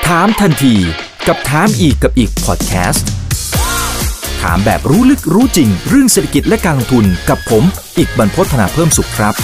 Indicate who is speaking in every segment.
Speaker 1: ถามทันทีกับถามอีกกับอีกพอดแคสต์ถามแบบรู้ลึกรู้จริงเรื่องเศรษฐกิจและการลงทุนกับผมอีกบรรพต ธนาเพิ่มสุขครับ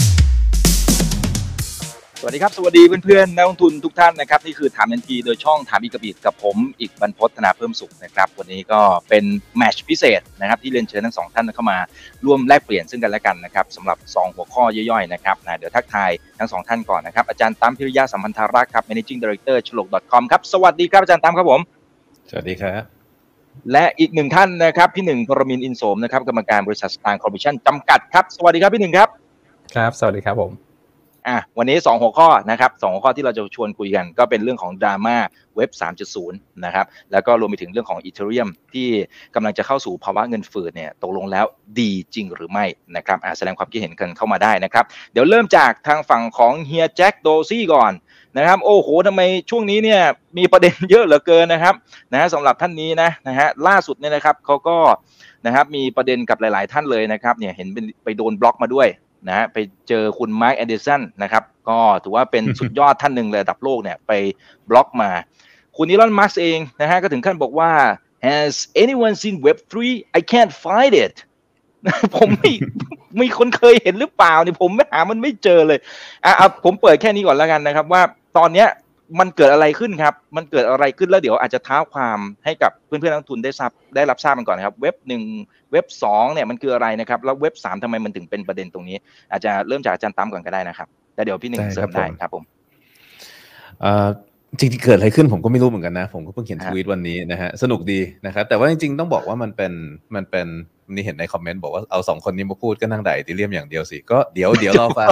Speaker 2: สวัสดีครับสวัสดีเพื่อนๆนักลงทุนทุกท่านนะครับนี่คือถามทันทีโดยช่องถามอีกกับอีกกับผมอีกบรรพต ธนาเพิ่มสุขนะครับวันนี้ก็เป็นแมตช์พิเศษนะครับที่เรียนเชิญทั้งสองท่านเข้ามาร่วมแลกเปลี่ยนซึ่งกันและกันนะครับสำหรับ2หัวข้อย่อยๆนะครับเดี๋ยวทักทายทั้งสองท่านก่อนนะครับอาจารย์ตั้มพิริยะสัมพันธารักษ์ครับ Managing Director chalok.com ครับสวัสดีครับอาจารย์ตั้มครับผม
Speaker 3: สวัสดีครับ
Speaker 2: และอีกหนึ่งท่านนะครับพี่หนึ่งพรมินทร์อินโสมนะครับกรรมการบริษัทสตาร์คอร์ปอเรชั่นจำกัดครับสวัสดีครับพี่หนึ่งครับ
Speaker 3: ครับสวัสดีครับผม
Speaker 2: วันนี้2หัวข้อนะครับ2หัวข้อที่เราจะชวนคุยกันก็เป็นเรื่องของดราม่าเว็บ 3.0 นะครับแล้วก็รวมไปถึงเรื่องของ Ethereum ที่กำลังจะเข้าสู่ภาวะเงินฝืดเนี่ยตกลงแล้วดีจริงหรือไม่นะครับแสดงความคิดเห็นกันเข้ามาได้นะครับเดี๋ยวเริ่มจากทางฝั่งของเฮียแจ็คโดซี่ก่อนนะครับโอ้โหทำไมช่วงนี้เนี่ยมีประเด็นเยอะเหลือเกินนะครับสำหรับท่านนี้นะฮะล่าสุดเนี่ยนะครับเขาก็นะครับมีประเด็นกับหลายๆท่านเลยนะครับเนี่ยเห็นไปโดนบล็อกมาด้วยนะไปเจอคุณมาร์คแอนเดอร์สันนะครับก็ถือว่าเป็นสุดยอดท่านหนึ่งระดับโลกเนี่ยไปบล็อกมาคุณอีลอนมัสก์เองนะฮะก็ถึงขั้นบอกว่า Has anyone seen Web3 I can't find it ผมไม่คนเคยเห็นหรือเปล่าเนี่ยผมหามันไม่เจอเลยผมเปิดแค่นี้ก่อนแล้วกันนะครับว่าตอนเนี้ยมันเกิดอะไรขึ้นครับมันเกิดอะไรขึ้นแล้วเดี๋ยวอาจจะท้าความให้กับเพื่อนๆนักลงทุนได้รับทราบกันก่อนนะครับเว็บ1เว็บ2เนี่ยมันคืออะไรนะครับแล้วเว็บ3ทำไมมันถึงเป็นประเด็นตรงนี้อาจจะเริ่มจากอาจารย์ตั้มก่อนก็ได้นะครับแล้วเดี๋ยวพี่หนึ่งเสริมได้ครับผม
Speaker 3: จริงๆเกิดอะไรขึ้นผมก็ไม่รู้เหมือนกันนะผมก็เพิ่งเขียนทวีตวันนี้นะฮะสนุกดีนะครับแต่ว่าจริงๆต้องบอกว่ามันเป็นนี่เห็นในคอมเมนต์บอกว่าเอา2คนนี้มาพูดก็นั่งด่าอีเธเรียมอย่างเดียวสิก็เดี๋ยวรอฟัง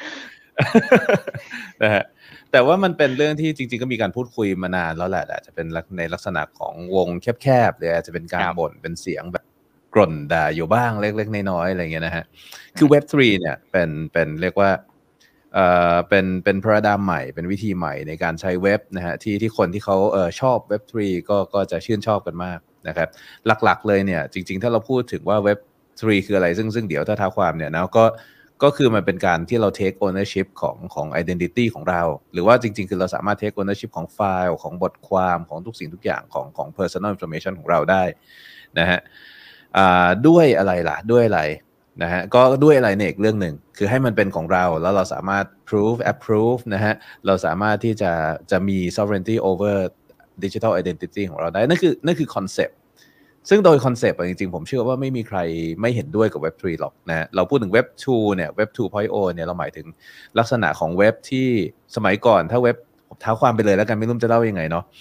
Speaker 3: นะฮะแต่ว่ามันเป็นเรื่องที่จริงๆก็มีการพูดคุยมานานแล้วแหละอาจจะเป็นในลักษณะของวงแคบๆหรืออาจจะเป็นการบ่นเป็นเสียงแบบกร่นด่าอยู่บ้างเล็กๆน้อยๆอะไรเงี้ยนะฮะคือ Web3 เนี่ยเป็นเรียกว่าเป็นพาราไดม์ใหม่เป็นวิธีใหม่ในการใช้เว็บนะฮะที่คนที่เขาชอบ Web3 ก็จะชื่นชอบกันมากนะครับหลักๆเลยเนี่ยจริงๆถ้าเราพูดถึงว่า Web3 คืออะไรซึ่งเดี๋ยวถ้าท้าความเนี่ยนะก็คือมันเป็นการที่เรา take ownership ของ identity ของเราหรือว่าจริงๆคือเราสามารถ take ownership ของไฟล์ของบทความของทุกสิ่งทุกอย่างของ personal information ของเราได้นะฮะด้วยอะไรล่ะด้วยอะไรนะฮะก็ด้วยอะไรเนี่ยอีกเรื่องหนึ่งคือให้มันเป็นของเราแล้วเราสามารถ approve นะฮะเราสามารถที่จะมี sovereignty over digital identity ของเราได้นั่นคือ conceptซึ่งโดยคอนเซปต์จริงๆผมเชื่อว่าไม่มีใครไม่เห็นด้วยกับ Web3 หรอกนะเราพูดถึง Web 2เนี่ย Web 2.0 เนี่ยเราหมายถึงลักษณะของเว็บที่สมัยก่อนถ้าเว็บผมท้าความไปเลยแล้วกันไม่รู้จะเล่ายังไงเนาะ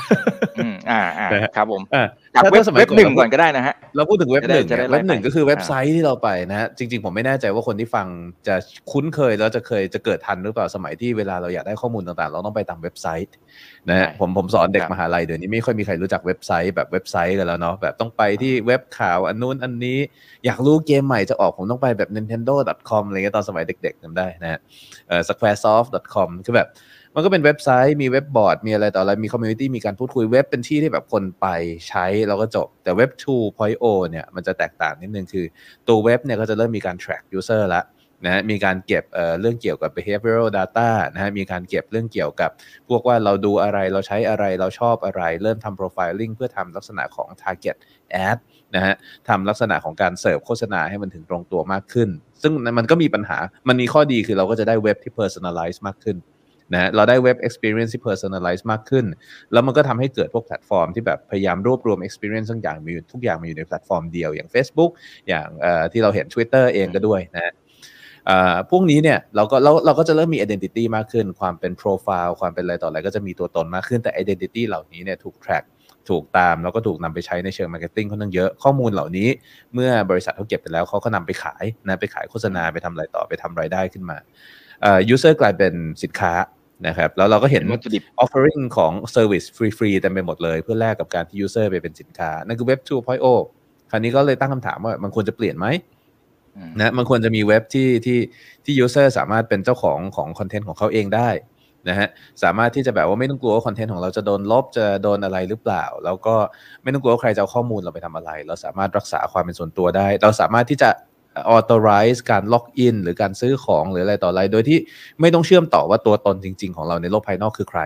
Speaker 2: ครับผมจากเว็บ1ก่อนก็ได้นะฮะ
Speaker 3: เราพูดถึงเว็บ1ก็คือเว็บไซต์ที่เราไปนะฮะจริงๆผมไม่แน่ใจว่าคนที่ฟังจะคุ้นเคยแล้วจะเกิดทันหรือเปล่าสมัยที่เวลาเราอยากได้ข้อมูลต่างๆเราต้องไปตามเว็บไซต์นะฮะผมสอนเด็กมหาลัยเดี๋ยวนี้ไม่ค่อยมีใครรู้จักเว็บไซต์แบบเว็บไซต์กันแล้วเนาะแบบต้องไปที่เว็บข่าวอันนู้นอันนี้อยากรู้เกมใหม่จะออกผมต้องไปแบบ nintendo.com อะไรเงี้ยตอนสมัยเด็กๆจำได้นะฮะsquaresoft.com คือแบบมันก็เป็นเว็บไซต์มีเว็บบอร์ดมีอะไรต่ออะไรมีคอมมูนิตี้มีการพูดคุยเว็บเป็นที่ที่แบบคนไปใช้แล้วก็จบแต่เว็บ 2.0 เนี่ยมันจะแตกต่างนิดนึงคือตัวเว็บเนี่ยก็จะเริ่มมีการ track user ละนะฮะมีการเก็บเรื่องเกี่ยวกับ behavioral data นะฮะมีการเก็บเรื่องเกี่ยวกับพวกว่าเราดูอะไรเราใช้อะไรเราชอบอะไรเริ่มทำ profiling เพื่อทำลักษณะของ target ad นะฮะทำลักษณะของการเสิร์ฟโฆษณาให้มันถึงตรงตัวมากขึ้นซึ่งมันก็มีปัญหามันมีข้อดีคือเราก็จะได้เว็บที่ personalize มากขึ้นนะเราได้เว็บ experience ที่ personalize มากขึ้นแล้วมันก็ทำให้เกิดพวกแพลตฟอร์มที่แบบพยายามรวบรวม experience ทุกอย่างมาอยู่ในแพลตฟอร์มเดียวอย่าง Facebook อย่างที่เราเห็น Twitter เองก็ด้วยนะพวกนี้เนี่ยเราก็จะเริ่มมี identity มากขึ้นความเป็น profile ความเป็นอะไรต่ออะไรก็จะมีตัวตนมากขึ้นแต่ identity เหล่านี้เนี่ยถูก track ถูกตามแล้วก็ถูกนำไปใช้ในเชิง marketing ค่อนข้างเยอะข้อมูลเหล่านี้เมื่อบริษัทเขาเก็บไปแล้วเขาก็นำไปขายนะไปขายโฆษณาไปทำอะไรต่อไปทำรายได้ขึ้นมาuser กลายเป็นสินค้านะครับแล้วเราก็เห็น offering ของ service ฟรีๆเต็มไปหมดเลยเพื่อแลกกับการที่ user ไปเป็นสินค้านั่นคือ Web 2.0 คราวนี้ก็เลยตั้งคำถามว่ามันควรจะเปลี่ยนไหมนะมันควรจะมีเว็บที่ user สามารถเป็นเจ้าของคอนเทนต์ของเขาเองได้นะฮะสามารถที่จะแบบว่าไม่ต้องกลัวว่าคอนเทนต์ของเราจะโดนลบจะโดนอะไรหรือเปล่าแล้วก็ไม่ต้องกลัวว่าใครจะเอาข้อมูลเราไปทำอะไรเราสามารถรักษาความเป็นส่วนตัวได้เราสามารถที่จะauthorize การล็อกอินหรือการซื้อของหรืออะไรต่ออะไรโดยที่ไม่ต้องเชื่อมต่อว่าตัวตนจริงๆของเราในโลกภายนอกคือใคร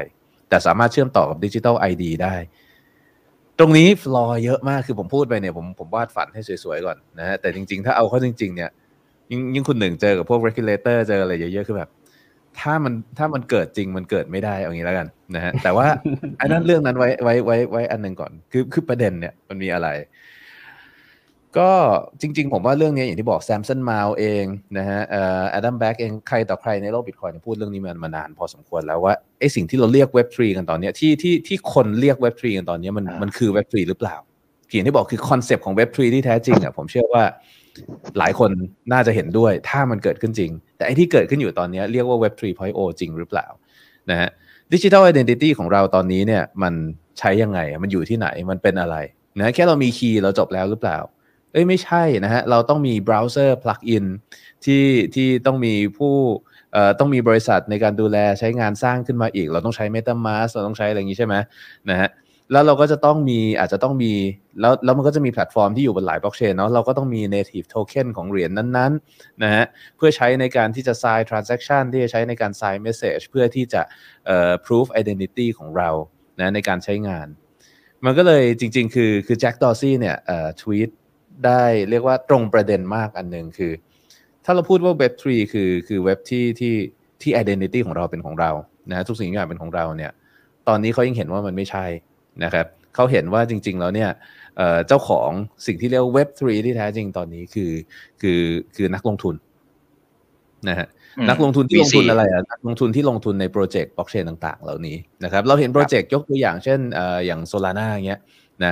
Speaker 3: แต่สามารถเชื่อมต่อกับ Digital ID ได้ตรงนี้ฟลอร์เยอะมากคือผมพูดไปเนี่ยผมวาดฝันให้สวยๆก่อนนะฮะแต่จริงๆถ้าเอาเข้าจริงๆเนี่ยยิ่งคุณหนึ่งเจอกับพวก regulator เจออะไรเยอะๆคือแบบถ้ามันเกิดจริงมันเกิดไม่ได้เอางี้แล้วกันนะฮะแต่ว่าอันนั้นเรื่องนั้นไว้อันนึงก่อนคือประเด็นเนี่ยมันมีอะไรก็จริงๆผมว่าเรื่องนี้อย่างที่บอกแซมสันมาลเองนะฮะแอดัมแบ็กเองใครต่อใครในโลก Bitcoin พูดเรื่องนี้มานานพอสมควรแล้วว่าไอ้สิ่งที่เราเรียก Web3 กันตอนนี้ที่คนเรียก Web3 กันตอนนี้มันคือ Web3 หรือเปล่าอย่างที่บอกคือคอนเซปต์ของ Web3 ที่แท้จริงอ่ะผมเชื่อว่าหลายคนน่าจะเห็นด้วยถ้ามันเกิดขึ้นจริงแต่ไอ้ที่เกิดขึ้นอยู่ตอนนี้เรียกว่า Web 3.0 จริงหรือเปล่านะฮะ Digital Identity ของเราตอนนี้เนี่ยมันใช้ยังไงมันอยู่ที่ไหนมันเป็นอะไรนะแค่เรามีคีย์เราจบแล้วหรือเปล่าไม่ใช่นะฮะเราต้องมีเบราว์เซอร์ plug-in ที่ต้องมีต้องมีบริษัทในการดูแลใช้งานสร้างขึ้นมาอีกเราต้องใช้ MetaMask เราต้องใช้อะไรอย่างนี้ใช่ไหมนะฮะแล้วเราก็จะต้องมีอาจจะต้องมีแล้วมันก็จะมีแพลตฟอร์มที่อยู่บนหลายบล็อกเชนเนาะเราก็ต้องมี native token ของเหรียญนั้นๆนะฮะเพื่อใช้ในการที่จะ sign transaction ที่จะใช้ในการ sign message เพื่อที่จะproof identity ของเรานะในการใช้งานมันก็เลยจริงๆคือแจ็คดอร์ซี่เนี่ยtweet ได้เรียกว่าตรงประเด็นมากอันนึงคือถ้าเราพูดว่า Web3 คือเว็บที่ identity ของเราเป็นของเรานะทุกสิ่งทุกอย่างเป็นของเราเนี่ยตอนนี้เขายังเห็นว่ามันไม่ใช่นะครับเขาเห็นว่าจริงๆแล้วเนี่ยเจ้าของสิ่งที่เรียก Web3 ที่แท้จริงตอนนี้คือนักลงทุนนะฮะนักลงทุนที่ลงทุนอะไรนักลงทุนที่ลงทุนในโปรเจกต์บล็อกเชนต่างๆเหล่านี้นะครับเราเห็นโปรเจกต์ยกตัวอย่างเช่นอย่าง Solana อย่างเงี้ยนะ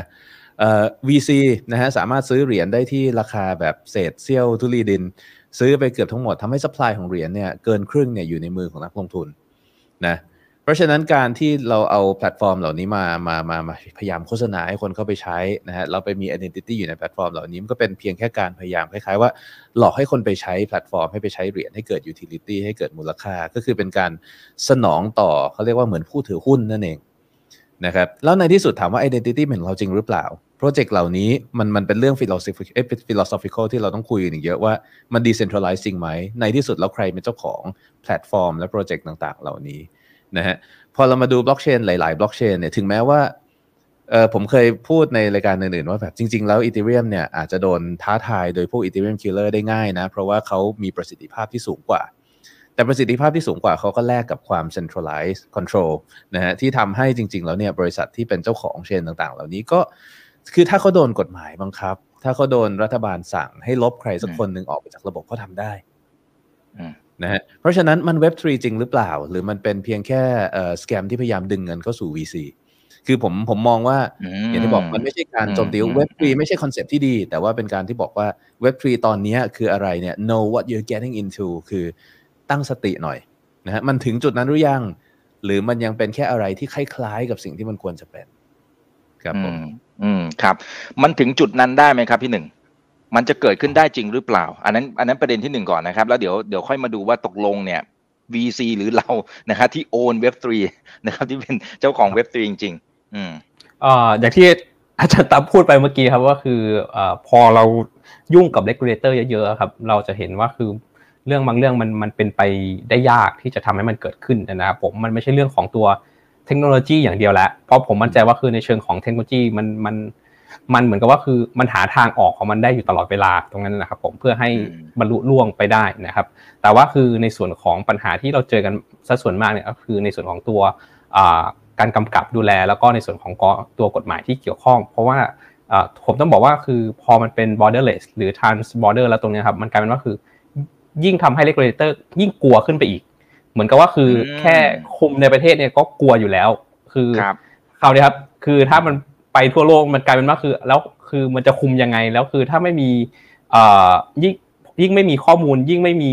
Speaker 3: VC นะฮะสามารถซื้อเหรียญได้ที่ราคาแบบเศษเสี้ยวทุลีดินซื้อไปเกือบทั้งหมดทำให้ซัพพลายของเหรียญเนี่ยเกินครึ่งเนี่ยอยู่ในมือของนักลงทุนนะเพราะฉะนั้นการที่เราเอาแพลตฟอร์มเหล่านี้มาพยายามโฆษณาให้คนเข้าไปใช้นะฮะเราไปมี identity อยู่ในแพลตฟอร์มเหล่านี้มันก็เป็นเพียงแค่การพยายามคล้ายๆว่าหลอกให้คนไปใช้แพลตฟอร์มให้ไปใช้เหรียญให้เกิด utility ให้เกิดมูลค่าก็คือเป็นการสนองต่อเขาเรียกว่าเหมือนผู้ถือหุ้นนั่นเองนะครับแล้วในที่สุดถามว่า identity เป็นเราจริงหรือเปล่าโปรเจกต์เหล่านี้มันเป็นเรื่อง philosophical ที่เราต้องคุยกันอีกเยอะว่ามัน decentralize จริงไหมในที่สุดแล้วใครเป็นเจ้าของแพลตฟอร์มและโปรเจกต์ต่างๆเหล่านี้นะฮะพอเรามาดูบล็อกเชนหลายๆบล็อกเชนเนี่ยถึงแม้ว่าผมเคยพูดในรายการอื่นๆว่าแบบจริงๆแล้ว Ethereum เนี่ยอาจจะโดนท้าทายโดยพวก Ethereum Killer ได้ง่ายนะเพราะว่าเขามีประสิทธิภาพที่สูงกว่าแต่ประสิทธิภาพที่สูงกว่าเขาก็แลกกับความ centralized control นะฮะที่ทำให้จริงๆแล้วเนี่ยบริษัทที่เป็นเจ้าของเชนต่างๆเหล่านี้ก็คือถ้าเขาโดนกฎหมายบังคับถ้าเขาโดนรัฐบาลสั่งให้ลบใครสักคนหนึ่งออกไปจากระบบเขาทำได้นะฮะเพราะฉะนั้นมัน Web3 จริงหรือเปล่าหรือมันเป็นเพียงแค่สแกมที่พยายามดึงเงินเข้าสู่ VC คือผมมองว่าอย่างที่บอกมันไม่ใช่การโจมตี Web3 ไม่ใช่คอนเซ็ปต์ที่ดีแต่ว่าเป็นการที่บอกว่า Web3 ตอนนี้คืออะไรเนี่ย know what you're getting into คือตั้งสติหน่อยนะฮะมันถึงจุดนั้นหรือยังหรือมันยังเป็นแค่อะไรที่คล้ายๆกับสิ่งที่มันควรจะเป็นครับผม
Speaker 2: ครับมันถึงจุดนั้นได้ไหมครับพี่หนึ่งมันจะเกิดขึ้นได้จริงหรือเปล่าอันนั้นประเด็นที่1ก่อนนะครับแล้วเดี๋ยวค่อยมาดูว่าตกลงเนี่ย VC หรือเรานะครับที่โอน Web3 นะครับที่เป็นเจ้าของ Web3 จริงๆ
Speaker 4: อย่างที่อาจารย์ตั้มพูดไปเมื่อกี้ครับว่าคือพอเรายุ่งกับ regulator เยอะๆครับเราจะเห็นว่าคือเรื่องบางเรื่องมันเป็นไปได้ยากที่จะทำให้มันเกิดขึ้นนะครับผมมันไม่ใช่เรื่องของตัวเทคโนโลยีอย่างเดียวแล้วเพราะผมมั่นใจว่าคือในเชิงของเทคโนโลยีมันเหมือนกับว่าคือมันหาทางออกของมันได้อยู่ตลอดเวลาตรงนั้นนะครับผมเพื่อให้บรรลุล่วงไปได้นะครับแต่ว่าคือในส่วนของปัญหาที่เราเจอกันซะส่วนมากเนี่ยก็คือในส่วนของตัวการกำกับดูแลแล้วก็ในส่วนของตัวกฎหมายที่เกี่ยวข้องเพราะว่าผมต้องบอกว่าคือพอมันเป็น borderless หรือ trans border แล้วตรงนี้ครับมันกลายเป็นว่าคือยิ่งทำให้ regulator ยิ่งกลัวขึ้นไปอีกเหมือนกับว่าคือแค่คุมในประเทศเนี่ยก็กลัวอยู่แล้วคือคราวนี้ครับคือถ้ามันไปทั่วโลกมันกลายเป็นว่าคือแล้วคือมันจะคุมยังไงแล้วคือถ้าไม่มียิ่งไม่มีข้อมูลยิ่งไม่มี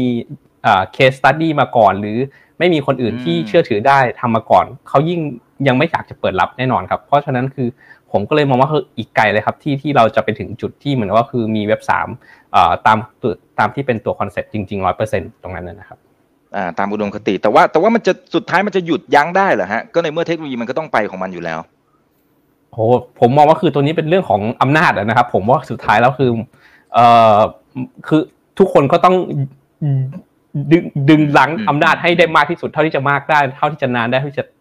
Speaker 4: case study มาก่อนหรือไม่มีคนอื่นที่เชื่อถือได้ทำมาก่อนเขายิ่งยังไม่อยากจะเปิดรับแน่นอนครับเพราะฉะนั้นคือผมก็เลยมองว่าคืออีกไกลเลยครับที่เราจะไปถึงจุดที่เหมือนว่าคือมีเว็บ3ตามที่เป็นตัวคอนเซ็ปต์จริงๆ 100% ตรงนั้นนะครับ
Speaker 2: ตามอุดมคติแต่ว่ามันจะสุดท้ายมันจะหยุดยั้งได้เหรอฮะก็ในเมื่อเทคโนโลยีมันก็ต้องไปของมันอยู่แล้ว
Speaker 4: โหผมมองว่าคือตัวนี้เป็นเรื่องของอำนาจนะครับผมว่าสุดท้ายแล้วคือทุกคนก็ต้องดึงลังอำนาจให้ได้มากที่สุดเท่าที่จะมากได้เท่าที่จะนานได้เท่าที่จะ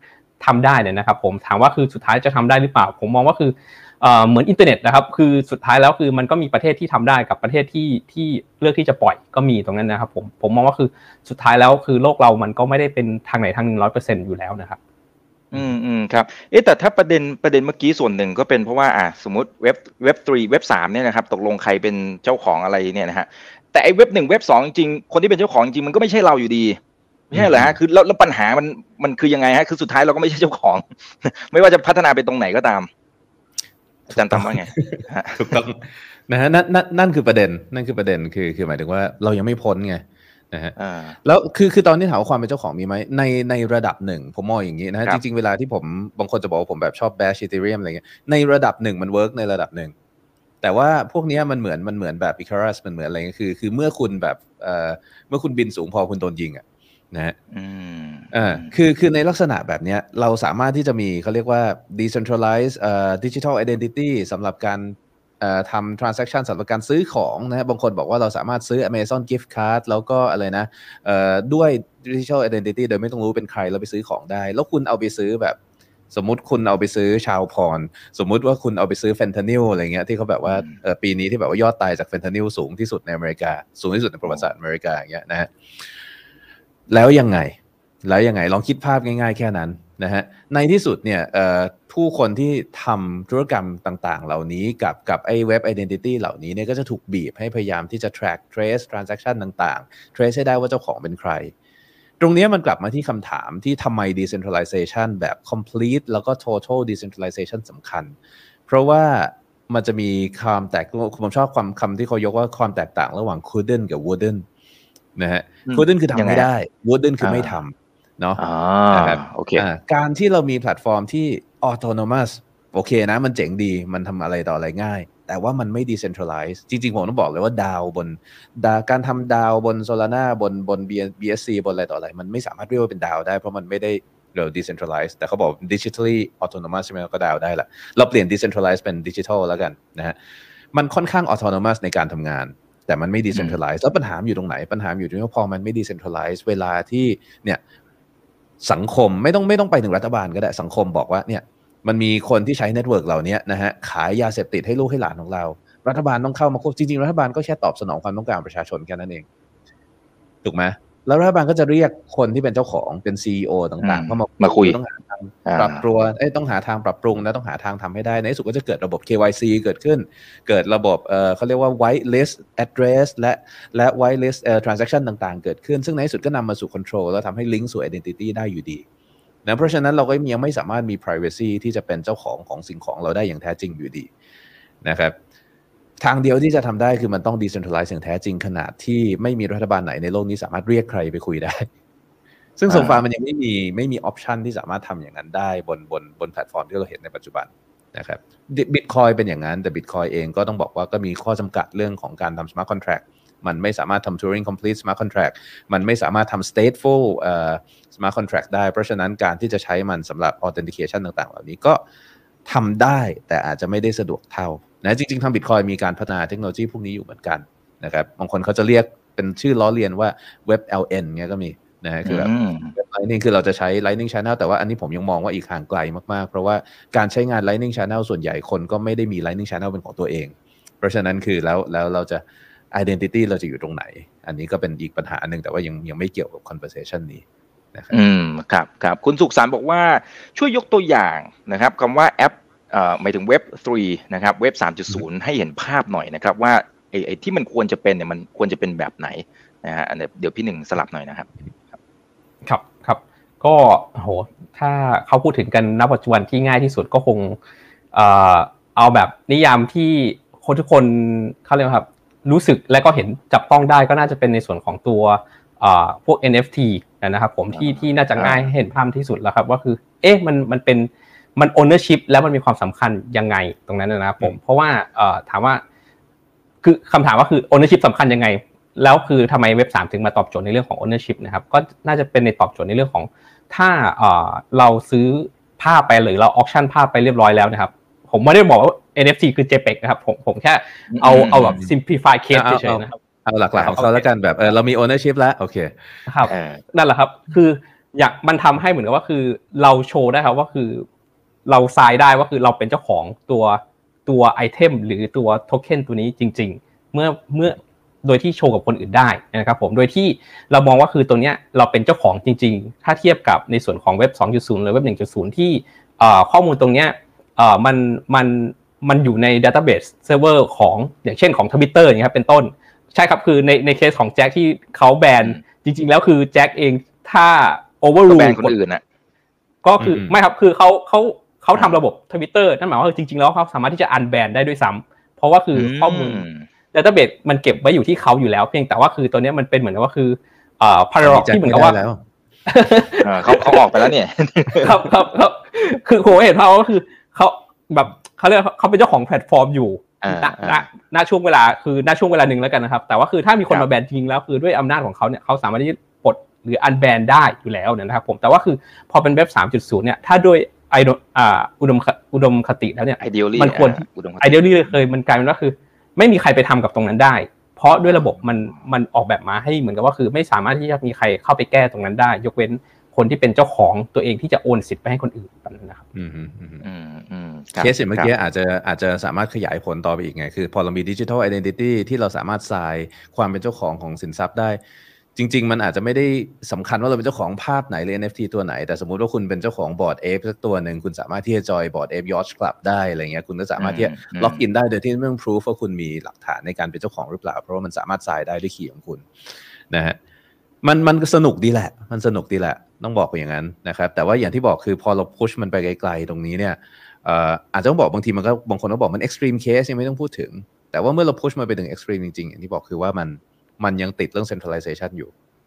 Speaker 4: ทำได้เนี่ยนะครับผมถามว่าคือสุดท้ายจะทำได้หรือเปล่าผมมองว่าคือเหมือนอินเทอร์เน็ตนะครับคือสุดท้ายแล้วคือมันก็มีประเทศที่ทำได้กับประเทศที่เลือกที่จะปล่อยก็มีตรงนั้นนะครับผมมองว่าคือสุดท้ายแล้วคือโลกเรามันก็ไม่ได้เป็นทางไหนทางหนึ่ง 100% อยู่แล้วนะครับ
Speaker 2: ครับแต่ถ้าประเด็นเมื่อกี้ส่วนหนึ่งก็เป็นเพราะว่าสมมุติเว็บ3เว็บ3เนี่ยนะครับตกลงใครเป็นเจ้าของอะไรเนี่ยนะฮะแต่ไอ้เว็บ1เว็บ2จริงๆคนที่เป็นเจ้าของจริงมันก็ไม่ใช่เราอยู่ดีไม่ใช่เหรอฮะคือแล้วปัญหามันคือยังไงฮะคือสุดท้ายเราก็ไม่ใช่เจ้าของ ไม่ว่าจะพัฒนาไปตรงไหนก็ตามอาจารย์ตั้มว่าไง
Speaker 3: ถูกต้องนะฮะนั่นคือประเด็นคือหมายถึงว่าเรายังไม่พ้นไงนะฮะแล้วคือตอนนี้ถามว่าความเป็นเจ้าของมีไหมในระดับหนึ่งผมมองอย่างนี้นะฮะจริงๆเวลาที่ผมบางคนจะบอกว่าผมแบบชอบ bash Ethereum อะไรเงี้ยในระดับหนึ่งมันเวิร์กในระดับหนึ่งแต่ว่าพวกนี้มันเหมือนแบบ Icarus มันเหมือนอะไรเงี้ยคือเมื่อคุณแบบเมื่อคุณบินสูงพอคุณโดนยิงอ่ะนะฮะคือในลักษณะแบบนี้เราสามารถที่จะมีเขาเรียกว่า decentralized digital identity สำหรับการทำ transaction สำหรับการซื้อของนะบางคนบอกว่าเราสามารถซื้อ Amazon gift card แล้วก็อะไรนะด้วย digital identity โดยไม่ต้องรู้เป็นใครแล้วไปซื้อของได้แล้วคุณเอาไปซื้อแบบสมมุติคุณเอาไปซื้อชาวพรสมมุติว่าคุณเอาไปซื้อเฟนทานิลอะไรเงี้ยที่เขาแบบว่าปีนี้ที่แบบว่ายอดตายจากเฟนทานิลสูงที่สุดในอเมริกาสูงที่สุดในประวัติศาสตร์อเมริกาอย่างเงี้ยนะฮะแล้วยังไงลองคิดภาพง่ายๆแค่นั้นนะฮะในที่สุดเนี่ยผู้คนที่ทำธุรกรรมต่างๆเหล่านี้กับไอ้เว็บ identity เหล่านี้เนี่ยก็จะถูกบีบให้พยายามที่จะ track trace transaction ต่างๆ trace ให้ได้ว่าเจ้าของเป็นใครตรงนี้มันกลับมาที่คำถามที่ทำไม decentralization แบบ complete แล้วก็ total decentralization สำคัญเพราะว่ามันจะมีความแตกผมชอบคำที่เขายกว่าความแตกต่างระหว่าง couldn't กับ wouldn't นะฮะ couldn't คือทำไม่ได้ wouldn't คือไม่ทำเนาะนะครับโอเคการที่เรามีแพลตฟอร์มที่ autonomous โอเคนะมันเจ๋งดีมันทำอะไรต่ออะไรง่ายแต่ว่ามันไม่ decentralize จริงๆผมต้องบอกเลยว่าดาวบนการทำดาวบน Solana บน BSC บนอะไรต่ออะไรมันไม่สามารถเรียกว่าเป็นดาวได้เพราะมันไม่ได้decentralize แต่เขาบอก digitally autonomous ใช่ไหมก็ดาวได้ละเราเปลี่ยน decentralize เป็น digital แล้วกันนะฮะมันค่อนข้าง autonomous ในการทำงานแต่มันไม่ decentralize แล้วปัญหาอยู่ตรงไหนปัญหาอยู่ตรงที่ว่าพอมันไม่ decentralize เวลาที่เนี่ยสังคมไม่ต้องไปถึงรัฐบาลก็ได้สังคมบอกว่าเนี่ยมันมีคนที่ใช้เน็ตเวิร์กเหล่านี้นะฮะขายยาเสพติดให้ลูกให้หลานของเรารัฐบาลต้องเข้ามาควบจริงๆรัฐบาลก็แค่ตอบสนองความต้องการประชาชนแค่นั้นเองถูกไหมแล้วรัฐบาลก็จะเรียกคนที่เป็นเจ้าของเป็น CEO ต่างๆเข้ามาคุยต้องหาทางปรับตัวต้องหาทางปรับปรุงนะต้องหาทางทำให้ได้ในที่สุดก็จะเกิดระบบ KYC เกิดขึ้นเกิดระบบเขาเรียกว่า white list address และ white list transaction ต่างๆเกิดขึ้นซึ่งในที่สุดก็นำมาสู่ control แล้วทำให้ link สู่ identity ได้อยู่ดีนะเพราะฉะนั้นเราก็ยังไม่สามารถมี privacy ที่จะเป็นเจ้าของสิ่งของเราได้อย่างแท้จริงอยู่ดีนะครับทางเดียวที่จะทำได้คือมันต้อง decentralize อย่างแท้จริงขนาดที่ไม่มีรัฐบาลไหนในโลกนี้สามารถเรียกใครไปคุยได้ซึ่งโซฟามันยังไม่มี option ที่สามารถทำอย่างนั้นได้บนแพลตฟอร์มที่เราเห็นในปัจจุบันนะครับ Bitcoin เป็นอย่างนั้นแต่ Bitcoin เองก็ต้องบอกว่าก็มีข้อจำกัดเรื่องของการทำ smart contract มันไม่สามารถทำ Turing complete smart contract มันไม่สามารถทำ stateful smart contract ได้เพราะฉะนั้นการที่จะใช้มันสำหรับ authentication ต่างๆเหล่านี้ก็ทำได้แต่อาจจะไม่ได้สะดวกเท่านะจริงๆทำ Bitcoin มีการพัฒนาเทคโนโลยีพวกนี้อยู่เหมือนกันนะครับบางคนเขาจะเรียกเป็นชื่อล้อเลียนว่า Web LN เงี้ยก็มีนะคือแบบ Lightning คือเราจะใช้ Lightning Channel แต่ว่าอันนี้ผมยังมองว่าอีกห่างไกลมากๆเพราะว่าการใช้งาน Lightning Channel ส่วนใหญ่คนก็ไม่ได้มี Lightning Channel เป็นของตัวเองเพราะฉะนั้นคือแล้วเราจะ identity เราจะอยู่ตรงไหนอันนี้ก็เป็นอีกปัญหาหนึ่งแต่ว่ายังไม่เกี่ยวกับ conversation นี้นะครับ
Speaker 2: ครับคุณสุขสันต์บอกว่าช่วยยกตัวอย่างนะครับคำว่าแอปหมายถึงเว็บ3นะครับเว็บ 3.0 ให้เห็นภาพหน่อยนะครับว่าไอ้ที่มันควรจะเป็นเนี่ยมันควรจะเป็นแบบไหนนะฮะเดี๋ยวพี่หนึ่งสลับหน่อยนะครับ
Speaker 4: ครับก็โหถ้าเขาพูดถึงกันณปัจจุบันที่ง่ายที่สุดก็คงเอาแบบนิยามที่คนทุกคนเขาเรียกครับรู้สึกและก็เห็นจับต้องได้ก็น่าจะเป็นในส่วนของตัวพวก NFT นะครับผมที่น่าจะง่ายเห็นภาพที่สุดแล้วครับว่าคือมันเป็นมัน ownership แล้วมันมีความสำคัญยังไงตรงนั้นนะครับผมเพราะว่าถามว่าคือคำถามว่าคือ ownership สำคัญยังไงแล้วคือทำไมเว็บ3ถึงมาตอบโจทย์ในเรื่องของ ownership นะครับก็น่าจะเป็นในตอบโจทย์ในเรื่องของถ้าเราซื้อภาพไปหรือเรา auction ภาพไปเรียบร้อยแล้วนะครับผมไม่ได้บอกว่า NFT คือ JPEG นะครับผมแค่เอาแบบ simplify case เฉยๆนะครับ
Speaker 3: เอาหลักๆของเขาแล้วกันแบบเรามี ownership แล้วโอเค
Speaker 4: ครับนั่นแหละครับคืออยากมันทำให้เหมือนกับว่าคือเราโชว์ได้ครับว่าคือเราทรายได้ว่าคือเราเป็นเจ้าของตัวไอเทมหรือตัวโทเค็นตัวนี้จริงๆเมื่อโดยที่โชว์กับคนอื่นได้นะครับผมโดยที่เรามองว่าคือตัวเนี้ยเราเป็นเจ้าของจริงๆถ้าเทียบกับในส่วนของเว็บ 2.0 หรือเว็บ 1.0 ที่ข้อมูลตรงเนี้ยมันอยู่ใน database server ของอย่างเช่นของ Twitter อย่างเงี้ยครับเป็นต้นใช่ครับคือในเคสของแจ็คที่เขาแบนจริงๆแล้วคือแจ็คเองถ้า overrule
Speaker 2: แบนคนอื่นน่ะ
Speaker 4: ก็คือไม่ครับคือเขาทำระบบ Twitter นั่นหมายว่าจริงๆแล้วเขาสามารถที่จะ unban ได้ด้วยซ้ำเพราะว่าคือข้อมูล database มันเก็บไว้อยู่ที่เขาอยู่แล้วเพียงแต่ว่าคือตัวนี้มันเป็นเหมือนว่าคือparadox ที่เหมือนกับว่า
Speaker 2: เขาออกไปแล้วเนี่ย
Speaker 4: ครับคือผมเห็นเขาก็คือเขาแบบเขาเรียกเขาเป็นเจ้าของแพลตฟอร์มอยู่ณช่วงเวลาคือณช่วงเวลานึงแล้วกันนะครับแต่ว่าคือถ้ามีคนมาแบนจริงแล้วคือด้วยอำนาจของเขาเนี่ยเขาสามารถที่จะปลดหรืออันแบนได้อยู่แล้วนะครับผมแต่ว่าคือพอเป็นเว็บ 3.0 เนี่ยถ้าด้วยอุดมคติแล้วเนี่ยมันควรideally เลยมันกลายเป็นว่าคือไม่มีใครไปทำกับตรงนั้นได้เพราะด้วยระบบมันออกแบบมาให้เหมือนกับว่าคือไม่สามารถที่จะมีใครเข้าไปแก้ตรงนั้นได้ยกเว้นคนที่เป็นเจ้าของตัวเองที่จะโอนสิทธิ์ไปให้คนอื่นนะครับ
Speaker 3: เคสเมื่อกี้อาจจะสามารถขยายผลต่อไปอีกไงคือพอเรามี Digital Identity ที่เราสามารถทรายความเป็นเจ้าของสินทรัพย์ได้จริงๆมันอาจจะไม่ได้สำคัญว่าเราเป็นเจ้าของภาพไหนหรือ NFT ตัวไหนแต่สมมุติว่าคุณเป็นเจ้าของบอร์ด Ape สักตัวนึงคุณสามารถที่จะจอยบอร์ด Ape Yacht Club ได้อะไรเงี้ยคุณก็สามารถที่จะล็อกอินได้โดยที่ไม่ต้อง proof ว่าคุณมีหลักฐานในการเป็นเจ้าของหรือเปล่าเพราะว่ามันสามารถทรายได้ด้วยคีย์ของคุณนะฮะมันสนุกดีแหละต้องบอกอย่างนั้นนะครับแต่ว่าอย่างที่บอกคือพอเราพุชมันไปไกลๆตรงนี้เนี่ยอาจจะต้องบอกบางทีมันก็บางคนก็บอกมัน extreme case ยังไม่ต้องพูดถึงแต่ว่าเมื่อเราพุชมาไปถึง extreme จริงๆอย่างที่บอกคือว่ามันยังติดเรื่อง centralization อยู่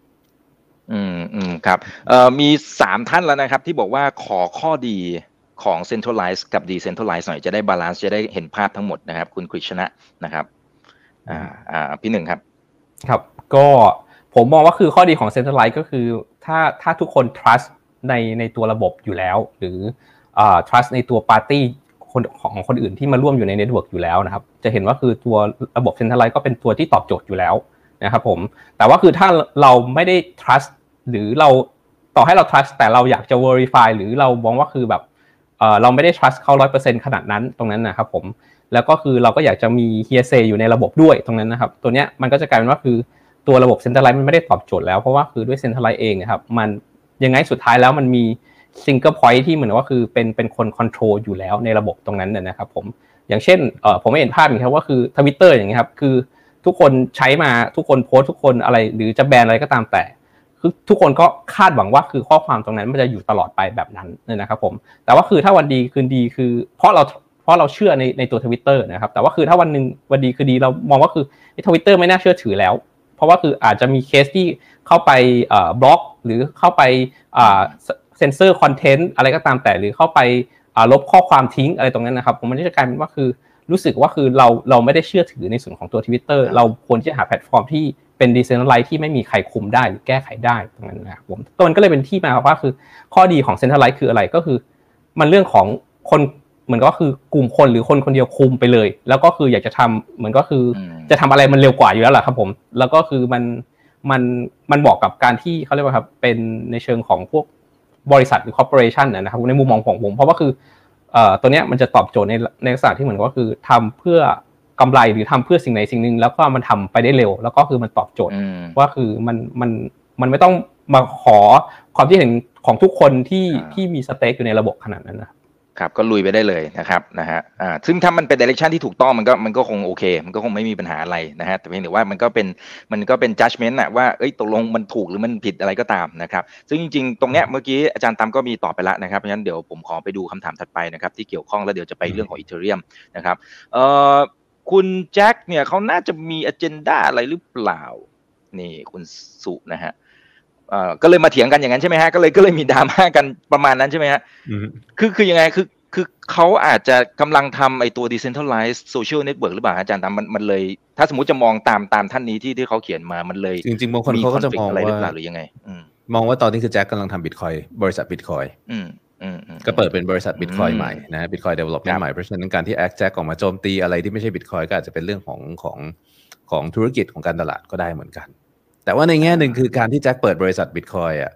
Speaker 2: ครับมี3ท่านแล้วนะครับที่บอกว่าขอข้อดีของ centralize กับ decentralize หน่อยจะได้ balance จะได้เห็นภาพทั้งหมดนะครับคุณกฤษณะนะครับพี่หนึ่งครับ
Speaker 4: ครับก็ผมมองว่าคือข้อดีของ centralize ก็คือถ้าทุกคน trust ในตัวระบบอยู่แล้วหรือtrust ในตัว party ของคนอื่นที่มาร่วมอยู่ใน network อยู่แล้วนะครับจะเห็นว่าคือตัวระบบ centralize ก็เป็นตัวที่ตอบโจทย์อยู่แล้วนะครับผมแต่ว่าคือถ้าเราไม่ได้ trust หรือเราต่อให้เรา trust แต่เราอยากจะ verify หรือเรามองว่าคือแบบเราไม่ได้ trust เขา 100% ขนาดนั้นตรงนั้นนะครับผมแล้วก็คือเราก็อยากจะมี hearsay อยู่ในระบบด้วยตรงนั้นนะครับตัวเนี้ยมันก็จะกลายเป็นว่าคือตัวระบบ centralize มันไม่ได้ตอบโจทย์แล้วเพราะว่าคือด้วย centralize เองนะครับมันยังไงสุดท้ายแล้วมันมี single point ที่เหมือนว่าคือเป็นคน control อยู่แล้วในระบบตรงนั้นนะครับผมอย่างเช่นผมไม่เห็นภาพอย่างครับว่าคือ Twitter อย่างเงี้ยครับคือทุกคนใช้มาทุกคนโพสทุกคนอะไรหรือจะแบนอะไรก็ตามแต่คือทุกคนก็คาดหวังว่าคือข้อความตรงนั้นมันจะอยู่ตลอดไปแบบนั้นนะครับผมแต่ว่าคือถ้าวันดีคืนดีคือเพราะเราเชื่อในตัว Twitter นะครับแต่ว่าคือถ้าวันนึงวันดีคือดีเรามองว่าคือTwitter ไม่น่าเชื่อถือแล้วเพราะว่าคืออาจจะมีเคสที่เข้าไปบล็อกหรือเข้าไปเซนเซอร์คอนเทนต์อะไรก็ตามแต่หรือเข้าไปลบข้อความทิ้งอะไรตรงนั้นนะครับผมมันจะกลายเป็นว่าคือรู้สึกว่าคือเราไม่ได้เชื่อถือในส่วนของตัว Twitter เราควรที่จะหาแพลตฟอร์มที่เป็น decentralized ที่ไม่มีใครคุมได้หรือแก้ไขได้ตรงนั้นนะครับผมตัวมันก็เลยเป็นที่มาว่าคือข้อดีของ centralized คืออะไรก็คือมันเรื่องของคนเหมือนก็คือกลุ่มคนหรือคนเดียวคุมไปเลยแล้วก็คืออยากจะทำเหมือนก็คือจะทำอะไรมันเร็วกว่าอยู่แล้วแหละครับผมแล้วก็คือมันบอกกับการที่เขาเรียกว่าครับเป็นในเชิงของพวกบริษัทหรือ corporation นะครับในมุมมองของผมเพราะว่าคือตัวเนี้ยมันจะตอบโจทย์ในลักษณะที่เหมือนก็คือทำเพื่อกำไรหรือทำเพื่อสิ่งใดสิ่งหนึ่งแล้วก็มันทำไปได้เร็วแล้วก็คือมันตอบโจทย์ว่าคือมันไม่ต้องมาขอความที่เห็นของทุกคนที่มีสเต็กอยู่ในระบบขนาดนั้น
Speaker 2: นะครับก็ลุยไปได้เลยนะครับนะฮะซึ่งถ้ามันเป็น direction ที่ถูกต้องมันก็คงโอเคมันก็คงไม่มีปัญหาอะไรนะฮะแต่เพียงแต่ว่ามันก็เป็น judgment น่ะว่าตกลงมันถูกหรือมันผิดอะไรก็ตามนะครับซึ่งจริงๆตรงเนี้ยเมื่อกี้อาจารย์ตั้มก็มีตอบไปแล้วนะครับเพราะฉะนั้นเดี๋ยวผมขอไปดูคำถามถัดไปนะครับที่เกี่ยวข้องแล้วเดี๋ยวจะไปเรื่องของ Ethereum นะครับคุณแจ็คเนี่ยเขาน่าจะมี agenda อะไรหรือเปล่านี่คุณสุนะฮะก็เลยมาเถียงกันอย่างนั้นใช่ไหมฮะก็เลยมีดราม่ากันประมาณนั้นใช่ไหมฮะคือยังไงคือเขาอาจจะกำลังทำไอ้ตัว decentralized social network หรือเปล่าอาจารย์ตามมันเลยถ้าสมมุติจะมองตามท่านนี้ที่เขาเขียนมามันเลย
Speaker 3: จริงๆบางคนเขาก็จะมอง
Speaker 2: อะไรหรือเป
Speaker 3: ว่า
Speaker 2: ล่าหรือยังไง
Speaker 3: มองว่าตอนนี้คือแจ็คกำลังทำ Bitcoin บริษัท Bitcoin ก็เปิดเป็นบริษัท Bitcoin ใหม่นะ Bitcoin Development ใหม่เพราะฉะนั้นการที่แจ็คออกมาโจมตีอะไรที่ไม่ใช่ Bitcoin ก็อาจจะเป็นเรื่องของธุรกิจของการตลาดก็ได้เหมือนกันแต่ว่าในแง่นึงคือการที่แจ็คเปิดบริษัท Bitcoin อ่ะ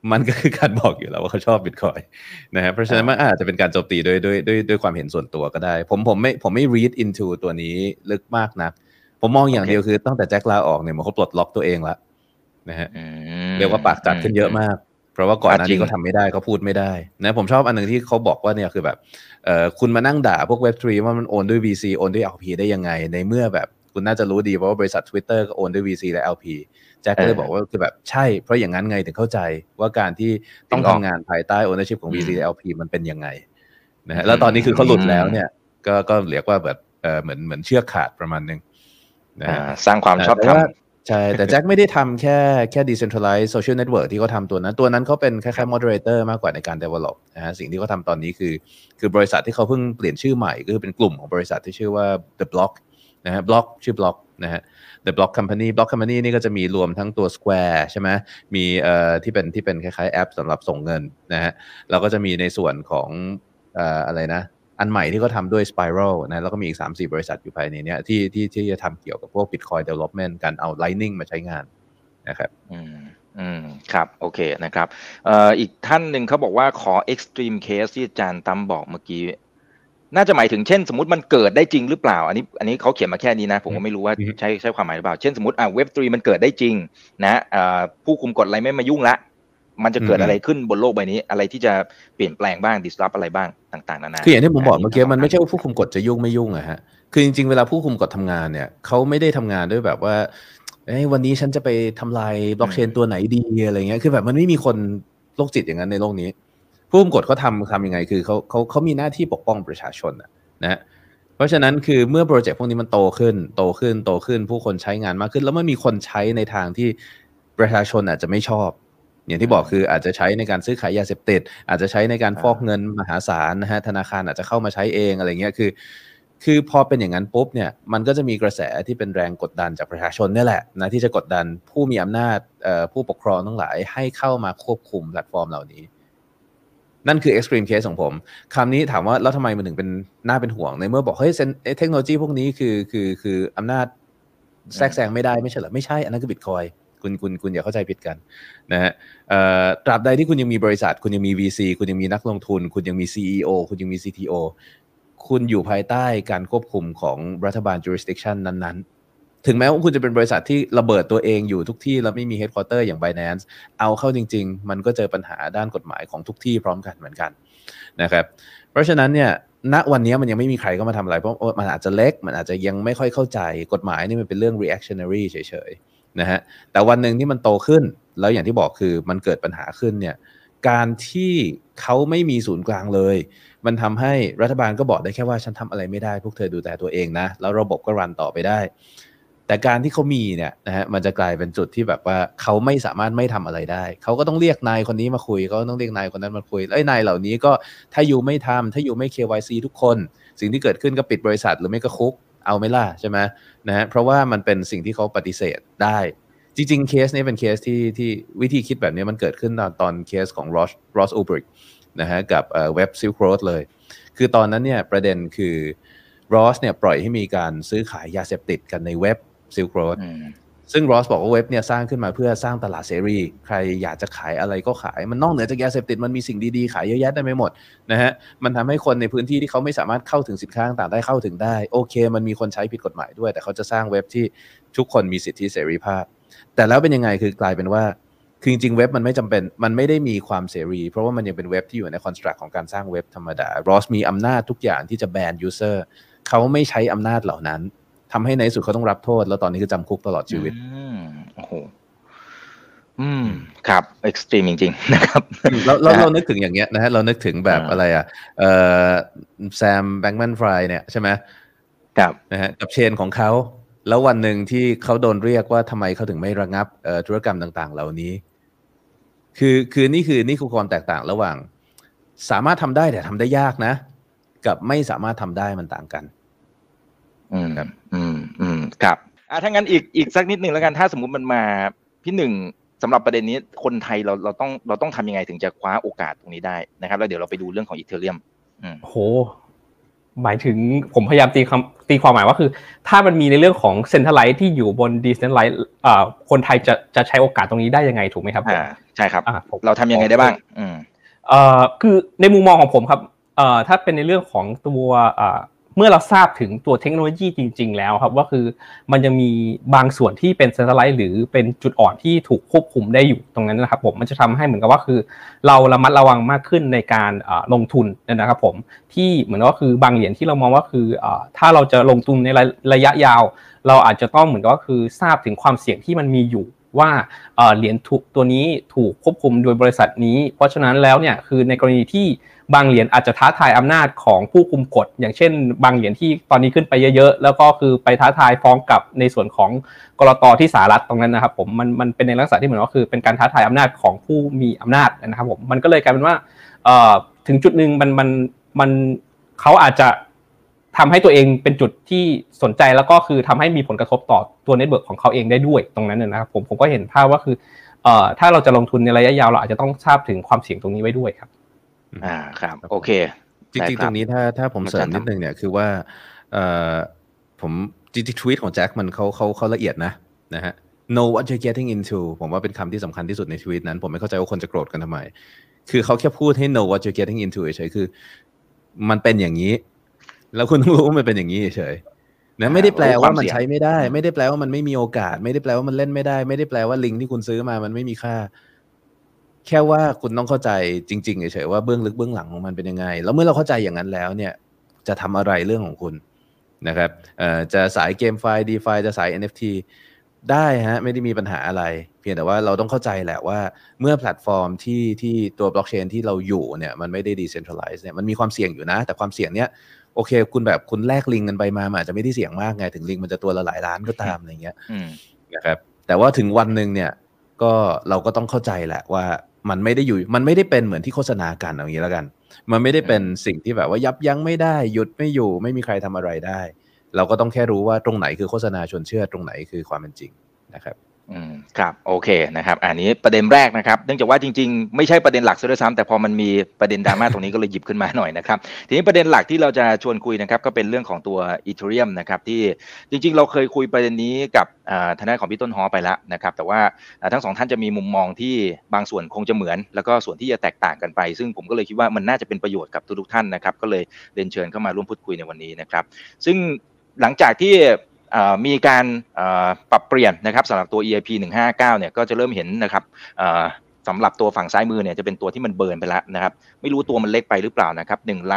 Speaker 3: มันก็คือการบอกอยู่แล้วว่าเขาชอบ Bitcoin นะฮะเพราะฉะนั้นมันอาจจะเป็นการโจมตีด้วยความเห็นส่วนตัวก็ได้ผมไม่ read into ตัวนี้ลึกมากนักผมมองอย่างเดียวคือตั้งแต่แจ็คลาออกเนี่ยเขาปลดล็อกตัวเองแล้วนะฮะเรียกว่าปากจัดขึ้นเยอะมากเพราะว่าก่อนหน้านี้เขาทำไม่ได้เขาพูดไม่ได้นะผมชอบอันนึงที่เขาบอกว่าเนี่ยคือแบบคุณมานั่งด่าพวก Web3 ว่ามันโอนด้วย VC โอนด้วย LP ได้ยังไงในเมื่อแบบคุณน่าจะรู้ดีว่าบริษัท Twitter ก็โอนด้วย VC และ LP แจ็คก็เลยบอกว่าคือแบบใช่เพราะอย่างนั้นไงถึงเข้าใจว่าการที่ต้องทำงานภายใต้ ownership ของ VC และ LP มันเป็นยังไงนะฮะแล้วตอนนี้คือเขาหลุดแล้วเนี่ยก็เรียกว่าแบบเหมือนเชือกขาดประมาณนึงนะ
Speaker 2: สร้างความชอบธรรม
Speaker 3: ใช่แต่แจ็คไม่ได้ทำแค่ decentralized social network ที่เขาทำตัวนั้นเขาเป็นคล้ายๆ moderator มากกว่าในการ develop นะฮะสิ่งที่เขาทำตอนนี้คือบริษัทที่เขาเพิ่งเปลี่ยนชื่อใหม่ก็คือเป็นกลุ่มของบริษัทที่ชื่อว่า The Block นะฮะ Block ชื่อ Block นะฮะ The Block Company นี่ก็จะมีรวมทั้งตัว Square ใช่ไหมมีที่เป็นคล้ายๆแอปสำหรับส่งเงินนะฮะแล้วก็จะมีในส่วนของอะไรนะอันใหม่ที่เขาทำด้วย Spiral นะแล้วก็มีอีก 3-4 บริษัทอยู่ภายในนี้ที่จะทำเกี่ยวกับพวก Bitcoin Development การเอา Lightning มาใช้งานนะครับ
Speaker 2: ครับโอเคนะครับอีกท่านหนึ่งเขาบอกว่าขอ extreme case ที่อาจารย์ตั้มบอกเมื่อกี้น่าจะหมายถึงเช่นสมมติมันเกิดได้จริงหรือเปล่าอันนี้เขาเขียนมาแค่นี้นะผมก็ไม่รู้ว่าใช่ความหมายหรือเปล่าเช่นสมมติWeb3 มันเกิดได้จริงนะผู้คุมกฎอะไรไม่มายุ่งละมันจะเกิดอะไรขึ้นบนโลกใบนี้อะไรที่จะเปลี่ยนแปลงบ้าง disrupt อะไรบ้างต่างๆนานา
Speaker 3: คืออย่างที่ผมบอกเมื่อกี้มันไม่ใช่ว่าผู้คุมกฎจะยุ่งไม่ยุ่งอะฮะคือจริงๆเวลาผู้คุมกฎทำงานเนี่ยเขาไม่ได้ทำงานด้วยแบบว่าวันนี้ฉันจะไปทำลายบล็อกเชนตัวไหนดีอะไรเงี้ยคือแบบมันไม่มีคนโรคจิตอย่างนั้นในโลกนี้ผู้คุมกฎเขาทำยังไงคือเขามีหน้าที่ปกป้องประชาชนนะเพราะฉะนั้นคือเมื่อโปรเจกต์พวกนี้มันโตขึ้นผู้คนใช้งานมากขึ้นแล้วมันมีคนใช้ในทางที่ประชาชนอาจจะไม่ชอบอย่างที่บอกคืออาจจะใช้ในการซื้อขายยาเสพติดอาจจะใช้ในการฟอกเงินมหาศาลนะฮะธนาคารอาจจะเข้ามาใช้เองอะไรเงี้ยคือพอเป็นอย่างนั้นปุ๊บเนี่ยมันก็จะมีกระแสที่เป็นแรงกดดันจากประชาชนนี่แหละนะที่จะกดดันผู้มีอำนาจผู้ปกครองทั้งหลายให้เข้ามาควบคุมแพลตฟอร์มเหล่านี้นั่นคือ extreme case ของผมคำนี้ถามว่าแล้วทำไมมันถึงเป็นน่าเป็นห่วงในเมื่อบอกเฮ้ยเทคโนโลยีพวกนี้คืออำนาจแทรกแซงไม่ได้ไม่ใช่เหรอไม่ใช่อันนั้นคือ Bitcoin คุณอย่าเข้าใจผิดกันนะฮะตราบใดที่คุณยังมีบริษัทคุณยังมี VC คุณยังมีนักลงทุนคุณยังมี CEO คุณยังมี CTO คุณอยู่ภายใต้การควบคุมของรัฐบาล jurisdiction นั้นๆถึงแม้ว่าคุณจะเป็นบริษัทที่ระเบิดตัวเองอยู่ทุกที่แล้วไม่มี headquarter อย่าง Binance เอาเข้าจริงๆมันก็เจอปัญหาด้านกฎหมายของทุกที่พร้อมกันเหมือนกันนะครับเพราะฉะนั้นเนี่ยณวันนี้มันยังไม่มีใครเข้ามาทำอะไรเพราะมันอาจจะเล็กมันอาจจะยังไม่ค่อยเข้าใจกฎหมายนี่มันเป็นเรื่อง reactionary เฉยๆนะฮะแต่วันหนึ่งที่มันโตขึ้นแล้วอย่างที่บอกคือมันเกิดปัญหาขึ้นเนี่ยการที่เขาไม่มีศูนย์กลางเลยมันทำให้รัฐบาลก็บอกได้แค่ว่าฉันทำอะไรไม่ได้พวกเธอดูแต่ตัวเองนะแล้วระบบก็รันต่อไปได้แต่การที่เขามีเนี่ยนะฮะมันจะกลายเป็นจุดที่แบบว่าเขาไม่สามารถไม่ทำอะไรได้เขาก็ต้องเรียกนายคนนี้มาคุยเขาต้องเรียกนายคนนั้นมาคุยแล้วนายเหล่านี้ก็ถ้าอยู่ไม่ทำถ้าอยู่ไม่ KYC ทุกคนสิ่งที่เกิดขึ้นก็ปิดบริษัทหรือไม่ก็คุกเอาไหมล่ะใช่ไหมนะฮะเพราะว่ามันเป็นสิ่งที่เขาปฏิเสธได้จริงๆเคสนี้เป็นเคสที่วิธีคิดแบบนี้มันเกิดขึ้นตอนเคสของ Ross Ulbricht นะฮะกับเว็บ Silk Road เลยคือตอนนั้นเนี่ยประเด็นคือ Ross เนี่ยปล่อยให้มีการซื้อขายยาเสพติดกันในเว็บ Silk Road ซึ่ง Ross บอกว่าเว็บเนี่ยสร้างขึ้นมาเพื่อสร้างตลาดเสรีใครอยากจะขายอะไรก็ขายมันนอกเหนือจากยาเสพติดมันมีสิ่งดีๆขายเยอะแยะได้ไม่หมดนะฮะมันทำให้คนในพื้นที่ที่เขาไม่สามารถเข้าถึงสินค้าต่างๆได้เข้าถึงได้โอเคมันมีคนใช้ผิดกฎหมายด้วยแต่เขาจะสร้างเว็บที่ทุกคนมีสิทธิเสรีภาพแต่แล้วเป็นยังไงคือกลายเป็นว่าคือจริงๆเว็บมันไม่จำเป็นมันไม่ได้มีความเสรีเพราะว่ามันยังเป็นเว็บที่อยู่ในคอนสตรักของการสร้างเว็บธรรมดา Ross มีอำนาจทุกอย่างที่จะแบนยูเซอร์เขาไม่ใช้อำนาจเหล่านั้นทำให้ในสุดเขาต้องรับโทษแล้วตอนนี้คือจำคุกตลอดชีวิต
Speaker 2: โอ้โหครับเอ็กซ์ตรีมจริงๆนะครับ
Speaker 3: เรานึกถึงอย่างเงี้ยนะฮะเรานึกถึงแบบอะไรแซมแบงค์แมนฟรายเนี่ยใช่ไหม
Speaker 2: ครับ
Speaker 3: นะฮะกับเชนของเขาแล้ววันหนึ่งที่เขาโดนเรียกว่าทำไมเขาถึงไม่ระงับธุรกรรมต่างๆเหล่านี้คือนี่คือความแตกต่างระหว่างสามารถทำได้แต่ทำได้ยากนะกับไม่สามารถทำได้มันต่างกัน
Speaker 2: ครับครับถ้างั้นอีกสักนิดนึงแล้วกันถ้าสมมุติมันมาพี่หนึ่งสำหรับประเด็นนี้คนไทยเราต้องทำยังไงถึงจะคว้าโอกาสตรงนี้ได้นะครับแล้วเดี๋ยวเราไปดูเรื่องของอีเธอเรียม
Speaker 4: โหหมายถึงผมพยายามตีความหมายว่าคือถ้ามันมีในเรื่องของเซ็นทรัลไลซ์ที่อยู่บนดีเซนทรัลไลซ์คนไทยจะใช้โอกาสตรงนี้ได้ยังไงถูกไหมครับ
Speaker 2: ใช่ครับเราทำยังไงได้บ้าง
Speaker 4: คือในมุมมองของผมครับถ้าเป็นในเรื่องของตัวเมื่อเราทราบถึงตัวเทคโนโลยีจริงๆแล้วครับว่าคือมันยังมีบางส่วนที่เป็นเซ็นทรัลไลซ์หรือเป็นจุดอ่อนที่ถูกควบคุมได้อยู่ตรงนั้นนะครับผมมันจะทำให้เหมือนกับว่าคือเราระมัดระวังมากขึ้นในการลงทุนนะครับผมที่เหมือนว่าคือบางเหรียญที่เรามองว่าคือถ้าเราจะลงทุนในระยะยาวเราอาจจะต้องเหมือนกับว่าคือทราบถึงความเสี่ยงที่มันมีอยู่ว่าเหรียญตัวนี้ถูกควบคุมโดยบริษัทนี้เพราะฉะนั้นแล้วเนี่ยคือในกรณีที่บางเหรียญอาจจะท้าทายอำนาจของผู้คุมกฎอย่างเช่นบางเหรียญที่ตอนนี้ขึ้นไปเยอะๆแล้วก็คือไปท้าทายฟ้องกับในส่วนของกลต.ที่สหรัฐตรงนั้นนะครับผมมันเป็นในลักษณะที่เหมือนว่าคือเป็นการท้าทายอำนาจของผู้มีอำนาจนะครับผมมันก็เลยกลายเป็นว่าถึงจุดนึงมันเขาอาจจะทำให้ตัวเองเป็นจุดที่สนใจแล้วก็คือทำให้มีผลกระทบต่อตัวเน็ตเวิร์กของเขาเองได้ด้วยตรงนั้นนะครับผมก็เห็นภาพว่าคือถ้าเราจะลงทุนในระยะยาวเราอาจจะต้องทราบถึงความเสี่ยงตรงนี้ไว้ด้วยครับ
Speaker 2: ครับโอเค
Speaker 3: จริงๆตรงนี้ถ้าผมเสริมนิดนึงเนี่ยคือว่าผมจริงๆทวีตของแจ็คมันเขาละเอียดนะฮะ know what you're getting into ผมว่าเป็นคำที่สำคัญที่สุดในทวีตนั้นผมไม่เข้าใจว่าคนจะโกรธกันทำไมคือเขาแค่พูดให้ know what you're getting into เฉยๆคือมันเป็นอย่างนี้แล้วคุณต้องรู้ว่ามันเป็นอย่างนี้เฉยๆนะไม่ได้แปลว่ามันใช้ไม่ได้ไม่ได้แปลว่ามันไม่มีโอกาสไม่ได้แปลว่ามันเล่นไม่ได้ไม่ได้แปลว่าลิงก์ที่คุณซื้อมามันไม่มีค่าแค่ว่าคุณต้องเข้าใจจริงๆเฉยๆว่าเบื้องลึกเบื้องหลังของมันเป็นยังไงแล้วเมื่อเราเข้าใจอย่างนั้นแล้วเนี่ยจะทำอะไรเรื่องของคุณนะครับจะสายเกมไฟล์ DeFi จะสาย NFT ได้ฮะไม่ได้มีปัญหาอะไรเพียงแต่ว่าเราต้องเข้าใจแหละว่าเมื่อแพลตฟอร์มที่ตัวบล็อกเชนที่เราอยู่เนี่ยมันไม่ได้ decentralize เนี่ยมันมีความเสี่ยงอยู่นะแต่ความเสี่ยงเนี้ยโอเคคุณแลกลิงกันไปมาอาจจะไม่ได้เสี่ยงมากไงถึงลิงมันจะตัวละหลายล้านก็ตามอะไรเงี้ยนะครับแต่ว่าถึงวันนึงเนี่ยก็เราก็ต้องเข้าใจแหละว่ามันไม่ได้เป็นเหมือนที่โฆษณากันอย่างนี้แล้วกันมันไม่ได้เป็นสิ่งที่แบบว่ายับยั้งไม่ได้หยุดไม่อยู่ไม่มีใครทำอะไรได้เราก็ต้องแค่รู้ว่าตรงไหนคือโฆษณาชวนเชื่อตรงไหนคือความเป็นจริงนะครับ
Speaker 2: ครับโอเคนะครับอันนี้ประเด็นแรกนะครับเนื่องจากว่าจริงๆไม่ใช่ประเด็นหลักซะด้วยซ้ำแต่พอมันมีประเด็นดราม่าตรงนี้ก็เลยหยิบขึ้นมาหน่อยนะครับทีนี้ประเด็นหลักที่เราจะชวนคุยนะครับก็เป็นเรื่องของตัว Ethereum นะครับที่จริงๆเราเคยคุยประเด็นนี้กับทางด้านของพี่ต้นฮอไปแล้วนะครับแต่ว่าทั้งสองท่านจะมีมุมมองที่บางส่วนคงจะเหมือนแล้วก็ส่วนที่จะแตกต่างกันไปซึ่งผมก็เลยคิดว่ามันน่าจะเป็นประโยชน์กับทุกท่านนะครับก็เลยเรียนเชิญเข้ามาร่วมพูดคุยในวันนี้นะครับซึ่งหลังจากที่มีการปรับเปลี่ยนนะครับสำหรับตัว EIP 159เนี่ยก็จะเริ่มเห็นนะครับสำหรับตัวฝั่งซ้ายมือเนี่ยจะเป็นตัวที่มันเบิร์นไปแล้วนะครับไม่รู้ตัวมันเล็กไปหรือเปล่านะครับ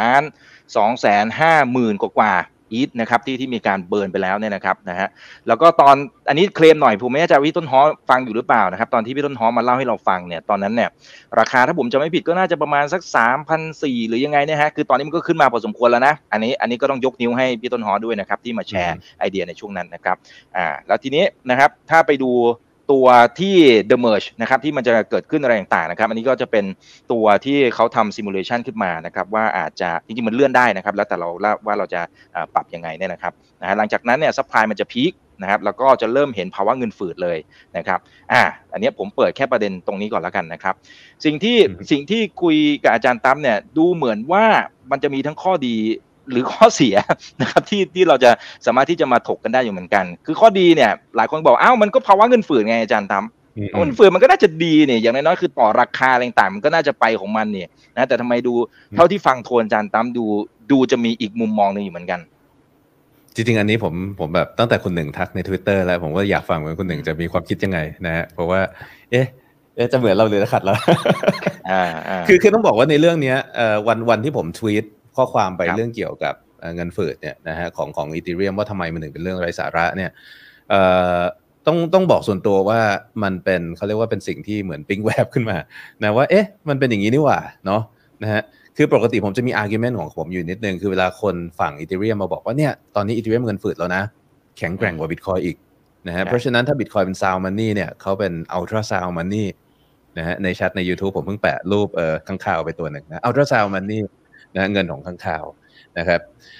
Speaker 2: 1,250,000 กว่าอีทนะครับที่มีการเบิร์นไปแล้วเนี่ยนะครับนะฮะแล้วก็ตอนอันนี้เคลมหน่อยผมไม่แน่ใจว่าพี่ต้นฮอฟังอยู่หรือเปล่านะครับตอนที่พี่ต้นฮอมาเล่าให้เราฟังเนี่ยตอนนั้นเนี่ยราคาถ้าผมจะไม่ผิดก็น่าจะประมาณสัก 3,400 หรือยังไงเนี่ยฮะคือตอนนี้มันก็ขึ้นมาพอสมควรแล้วนะอันนี้ก็ต้องยกนิ้วให้พี่ต้นฮอด้วยนะครับที่มาแชร์ไอเดียในช่วงนั้นนะครับแล้วทีนี้นะครับถ้าไปดูตัวที่ The Merge นะครับที่มันจะเกิดขึ้นอะไรต่างๆนะครับอันนี้ก็จะเป็นตัวที่เขาทำ simulation ขึ้นมานะครับว่าอาจจะจริงๆมันเลื่อนได้นะครับแล้วแต่เราว่าเราจะปรับยังไงเนี่ยนะครับหลังจากนั้นเนี่ย supply มันจะพีคนะครับแล้วก็จะเริ่มเห็นภาวะเงินฝืดเลยนะครับอันนี้ผมเปิดแค่ประเด็นตรงนี้ก่อนแล้วกันนะครับสิ่งที่คุยกับอาจารย์ตั้มเนี่ยดูเหมือนว่ามันจะมีทั้งข้อดีหรือข้อเสียนะครับที่เราจะสามารถที่จะมาถกกันได้อยู่เหมือนกันคือข้อดีเนี่ยหลายคนบอกมันก็ภาวะเงินฝืดไงอาจารย์ตั้มเงินฝืดมันก็น่าจะดีเนี่ยอย่างน้อยๆคือต่อราคาอะไรต่างๆมันก็น่าจะไปของมันเนี่ยนะแต่ทำไมดูเท่าที่ฟังโทนอาจารย์ตั้มดูจะมีอีกมุมมองนึงอยู่เหมือนกัน
Speaker 3: จริงๆอันนี้ผมแบบตั้งแต่คุณหนึ่งทักใน Twitter แล้วผมก็อยากฟังว่าคุณหนึ่งจะมีความคิดยังไงนะฮะเพราะว่าจะเหมือนเราเลยนะขัดเราคือต้องบอกว่าในเรื่องนี้วันที่ผมทวีตข้อความไปเรื่องเกี่ยวกับเงินฝืดเนี่ยนะฮะของ Ethereum ว่าทำไมมันถึงเป็นเรื่องไร้สาระเนี่ยต้องบอกส่วนตัวว่ามันเป็นเขาเรียกว่าเป็นสิ่งที่เหมือนปิ๊งแวบขึ้นมานะว่ามันเป็นอย่างนี้นี่หว่าเนาะนะฮะคือปกติผมจะมี argument ของผมอยู่นิดนึงคือเวลาคนฝั่ง Ethereum มาบอกว่าเนี่ยตอนนี้ Ethereum เงินฝืดแล้วนะแข็งแกร่งกว่า Bitcoin อีกนะฮะเพราะฉะนั้นถ้า Bitcoin เป็น sound money เนี่ยเขาเป็น ultra sound money นะฮะในแชทใน YouTube ผมเพิ่งแปะรูปข้างข่าวไปตัวหนึ่งนะ ultra sound money นะเงินของข้างข่าวนะครับ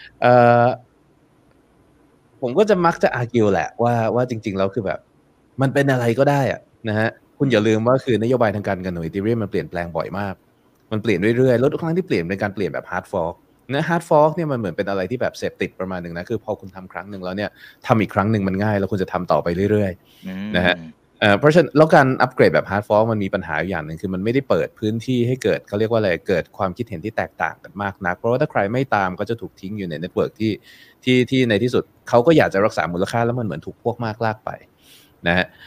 Speaker 3: ผมก็จะมักจะ argue แหละว่าจริงๆแล้วคือแบบมันเป็นอะไรก็ได้อะนะฮะคุณอย่าลืมว่าคือนโยบายทางการเงินของ Ethereum มันเปลี่ยนแปลงบ่อยมากมันเปลี่ยนเรื่อยๆแล้วทุกครั้งที่เปลี่ยนเป็นการเปลี่ยนแบบ hard fork นะ hard fork เนี่ยมันเหมือนเป็นอะไรที่แบบเสพติดประมาณนึงนะคือพอคุณทำครั้งนึงแล้วเนี่ยทำอีกครั้งนึงมันง่ายแล้วคุณจะทำต่อไปเรื่อยๆนะฮะเพราะฉะนั้นแล้วการอัปเกรดแบบ hard fork มันมีปัญหาอย่างนึงคือมันไม่ได้เปิดพื้นที่ให้เกิดเขาเรียกว่าอะไรเกิดความคิดเห็นที่แตกต่างกันมากนักเพราะว่าถ้าใครไม่ตามก็จะถูกทิ้งอยู่ในเน็ตเวิร์กที่ในที่สุดเขาก็อยากจะรักษามูลค่าแล้วมันเหมือนถูกพวกมากลากไปนะฮะ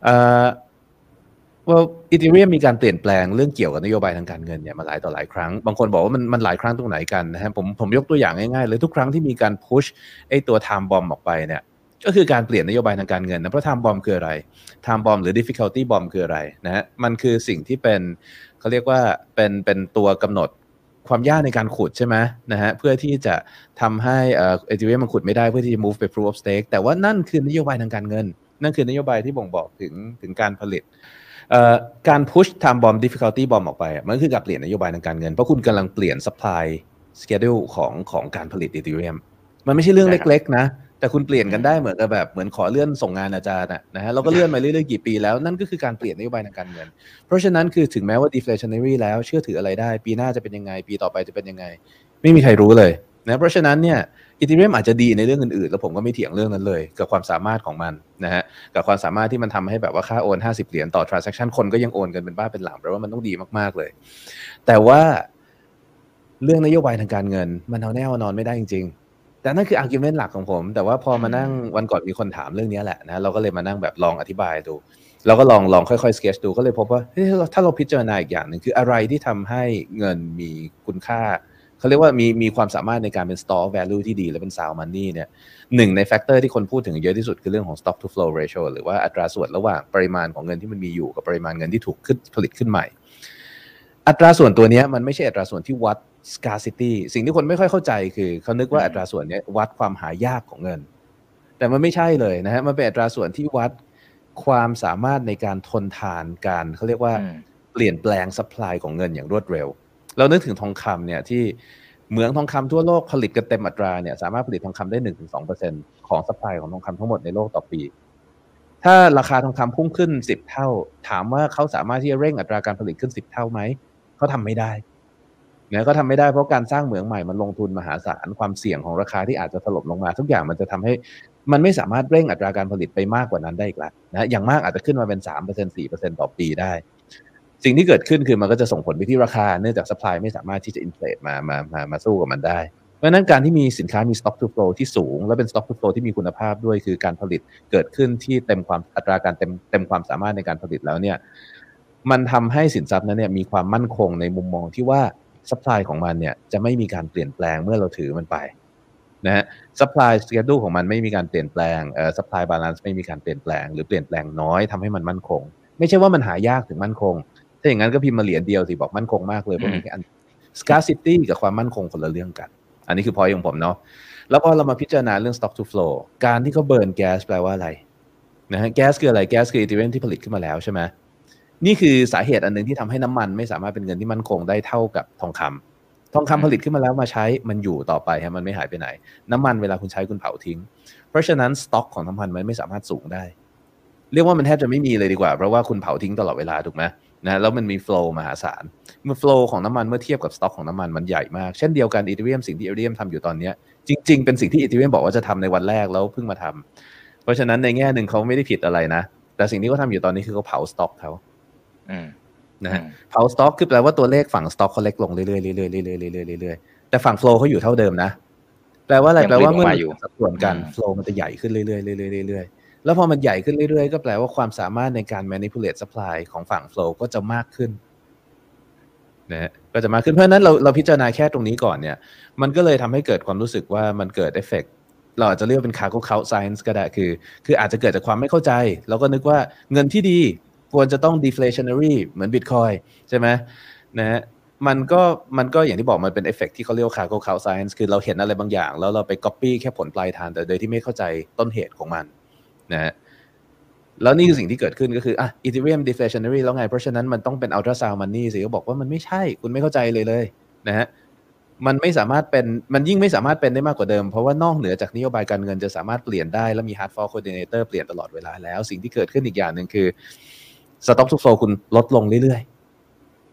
Speaker 3: ว่าอีเธเรียมมีการเปลี่ยนแปลงเรื่องเกี่ยวกับนโยบายทางการเงินเนี่ยมาหลายต่อหลายครั้งบางคนบอกว่ามันหลายครั้งตรงไหนกันนะฮะผมยกตัวอย่างง่ายๆเลยทุกครั้งที่มีการพุชไอ้ตัว time bomb ออกไปเนี่ยก็คือการเปลี่ยนนโยบายทางการเงินนะเพราะ time bomb คืออะไร time bomb หรือ difficulty bomb คืออะไรนะฮะมันคือสิ่งที่เป็นเขาเรียกว่าเป็นตัวกำหนดความยากในการขุดใช่ไหมนะฮะเพื่อที่จะทำให้อีเธเรียมมันขุดไม่ได้เพื่อที่จะ move ไป proof of stake แต่ว่านั่นคือนโยบายทางการเงินนั่นคือนโยบายที่บ่งบอกถึงการผลิตการ push time bomb difficulty bomb ออกไปมันคือการเปลี่ยนนโยบายทางการเงินเพราะคุณกำลังเปลี่ยน supply schedule ของการผลิต Ethereum มันไม่ใช่เรื่องเล็กๆนะแต่คุณเปลี่ยนกันได้เหมือนกับแบบเหมือนขอเลื่อนส่งงานอาจารย์นะฮะเราก็เลื่อนมาเรื่อยๆกี่ปีแล้วนั่นก็คือการเปลี่ยนนโยบายทางการเงินเพราะฉะนั้นคือถึงแม้ว่า deflationary แล้วเชื่อถืออะไรได้ปีหน้าจะเป็นยังไงปีต่อไปจะเป็นยังไงไม่มีใครรู้เลยนะเพราะฉะนั้นเนี่ยEthereum อาจจะดีในเรื่องอื่นๆแล้วผมก็ไม่เถียงเรื่องนั้นเลยกับความสามารถของมันนะฮะกับความสามารถที่มันทำให้แบบว่าค่าโอน50เหรียญต่อ transaction คนก็ยังโอนกันเป็นบ้าเป็นหลังแปลว่ามันต้องดีมากๆเลยแต่ว่าเรื่องนโยบายทางการเงินมันเอาแน่เอานอนไม่ได้จริงๆแต่นั่นคือ argument หลักของผมแต่ว่าพอมานั่งวันก่อนมีคนถามเรื่องนี้แหละนะเราก็เลยมานั่งแบบลองอธิบายดูเราก็ลองค่อยๆ sketch ดูก็เลยพบว่าถ้าเราพิจารณาอีกอย่างนึงคืออะไรที่ทำให้เงินมีคุณค่าเขาเรียกว่ามีความสามารถในการเป็น store value ที่ดีและเป็น sound money เนี่ยหนึ่งในแฟกเตอร์ที่คนพูดถึงเยอะที่สุดคือเรื่องของ stock to flow ratio หรือว่าอัตราส่วนระหว่างปริมาณของเงินที่มันมีอยู่กับปริมาณเงินที่ถูกผลิตขึ้นใหม่อัตราส่วนตัวนี้มันไม่ใช่อัตราส่วนที่วัด scarcity สิ่งที่คนไม่ค่อยเข้าใจคือเขานึกว่าอัตราส่วนนี้วัดความหายากของเงินแต่มันไม่ใช่เลยนะฮะมันเป็นอัตราส่วนที่วัดความสามารถในการทนทานการเขาเรียกว่าเปลี่ยนแปลง supply ของเงินอย่างรวดเร็วเรานึกถึงทองคำเนี่ยที่เหมืองทองคำทั่วโลกผลิตกันเต็มอัตราเนี่ยสามารถผลิตทองคำได้ 1-2% ของ supply ของทองคำทั้งหมดในโลกต่อปีถ้าราคาทองคำพุ่งขึ้น10เท่าถามว่าเขาสามารถที่จะเร่งอัตราการผลิตขึ้น10เท่าไหมเขาทำไม่ได้เนี่ยก็ทำไม่ได้เพราะการสร้างเหมืองใหม่มันลงทุนมหาศาลความเสี่ยงของราคาที่อาจจะถล่มลงมาทุกอย่างมันจะทำให้มันไม่สามารถเร่งอัตราการผลิตไปมากกว่านั้นได้อีกแล้วนะอย่างมากอาจจะขึ้นมาเป็น 3% 4% ต่อปีได้สิ่งที่เกิดขึ้นคือมันก็จะส่งผลไปที่ราคาเนื่องจาก supply ไม่สามารถที่จะ inflate มาสู้กับมันได้เพราะฉะนั้นการที่มีสินค้ามี stock to flow ที่สูงและเป็น stock to flow ที่มีคุณภาพด้วยคือการผลิตเกิดขึ้นที่เต็มความอัตราการเต็มความสามารถในการผลิตแล้วเนี่ยมันทำให้สินทรัพย์นั้นเนี่ยมีความมั่นคงในมุมมองที่ว่า supply ของมันเนี่ยจะไม่มีการเปลี่ยนแปลงเมื่อเราถือมันไปนะฮะ supply schedule ของมันไม่มีการเปลี่ยนแปลงsupply balance ไม่มีการเปลี่ยนแปลงหรือเปลี่ยนแปลงน้อยทำให้มันมั่นคงไม่ใช่ว่ามันหายากถึงมั่นคงถ้าอย่างนั้นก็พิมพ์มาเหรียญเดียวสิบอกมั่นคงมากเลยเพราะมันแค่อัน scarcity กับความมั่นคงคนละเรื่องกันอันนี้คือ point ของผมเนาะแล้วพอเรามาพิจารณาเรื่อง stock to flow การที่เขาเบิร์นแก๊สแปลว่าอะไรนะฮะแก๊สคืออะไรแก๊สคือ Ethereum ที่ผลิตขึ้นมาแล้วใช่ไหมนี่คือสาเหตุอันนึงที่ทำให้น้ำมันไม่สามารถเป็นเงินที่มั่นคงได้เท่ากับทองคำผลิตขึ้นมาแล้วมาใช้มันอยู่ต่อไปฮะมันไม่หายไปไหนน้ำมันเวลาคุณใช้คุณเผาทิ้งเพราะฉะนั้นสต็อกของน้ำมันมันไม่สามารถสูงได้เรียกว่ามันแทบจะไม่มีเลยดีกว่าเพราะว่าคุณเผาทิ้งตลอดเวลาถูกไหมนะแล้วมันมี flow มหาศาลเมื่อ flow ของน้ำมันเมื่อเทียบกับสต็อกของน้ำมันเใหญ่มากเช่นเดียวกัน Ethereum สิ่งที่ Ethereum ทำอยู่ตอนนี้จริงๆเป็นสิ่งที่ Ethereum บอกว่าจะทำในวันแรกแล้วเพิ่งมาทำเพราะฉะนั้นในแง่นึงเขาไม่ได้ผิดอะไรนะแต่สิ่งที่เขาทำอยู่ตอนนี้คือเขาเผาสต็อกเขานะฮะเผาสต็อกคือแปลว่าตัวเลขฝั่งสต็อกเขาเล็กลงเรื่อยๆเรื่อยๆๆแต่ฝั่ง flow เขาอยู่เท่าเดิมนะแปลว่าอะไรแปลว่าเมื่อสัดส่วนกัน flow มันจะใหญ่ขึ้นเรื่อยๆเรื่อยๆแล้วพอมันใหญ่ขึ้นเรื่อยๆก็แปลว่าความสามารถในการ manipulate supply ของฝั่ง flow ก็จะมากขึ้นนะก็จะมากขึ้นเพราะฉะนั้นเราพิจารณาแค่ตรงนี้ก่อนเนี่ยมันก็เลยทำให้เกิดความรู้สึกว่ามันเกิด effect เราอาจจะเรียกเป็น cargo cult science ก็ได้คืออาจจะเกิดจากความไม่เข้าใจเราก็นึกว่าเงินที่ดีควรจะต้อง deflationary เหมือน Bitcoin ใช่ไหมนะฮะมันก็อย่างที่บอกมันเป็นเอฟเฟกต์ที่เขาเรียกว่า cargo cult science คือเราเห็นอะไรบางอย่างแล้วเราไป copy แค่ผลปลายทางแต่โดยที่ไม่เข้าใจต้นเหตุของมันนะฮะแล้วนี่คือสิ่งที่เกิดขึ้นก็คือEthereum deflationary แล้วไงเพราะฉะนั้นมันต้องเป็น ultra sound money สิก็บอกว่ามันไม่ใช่คุณไม่เข้าใจเลยนะฮะมันไม่สามารถเป็นมันยิ่งไม่สามารถเป็นได้มากกว่าเดิมเพราะว่านอกเหนือจากนโยบายการเงินจะสามารถเปลี่ยนได้และมี hard fork coordinator เปลี่ยนตลอดเวลาแล้วสิ่งที่เกิดขึ้นอีกอย่างนึงคือ stock to flow คุณลดลงเรื่อย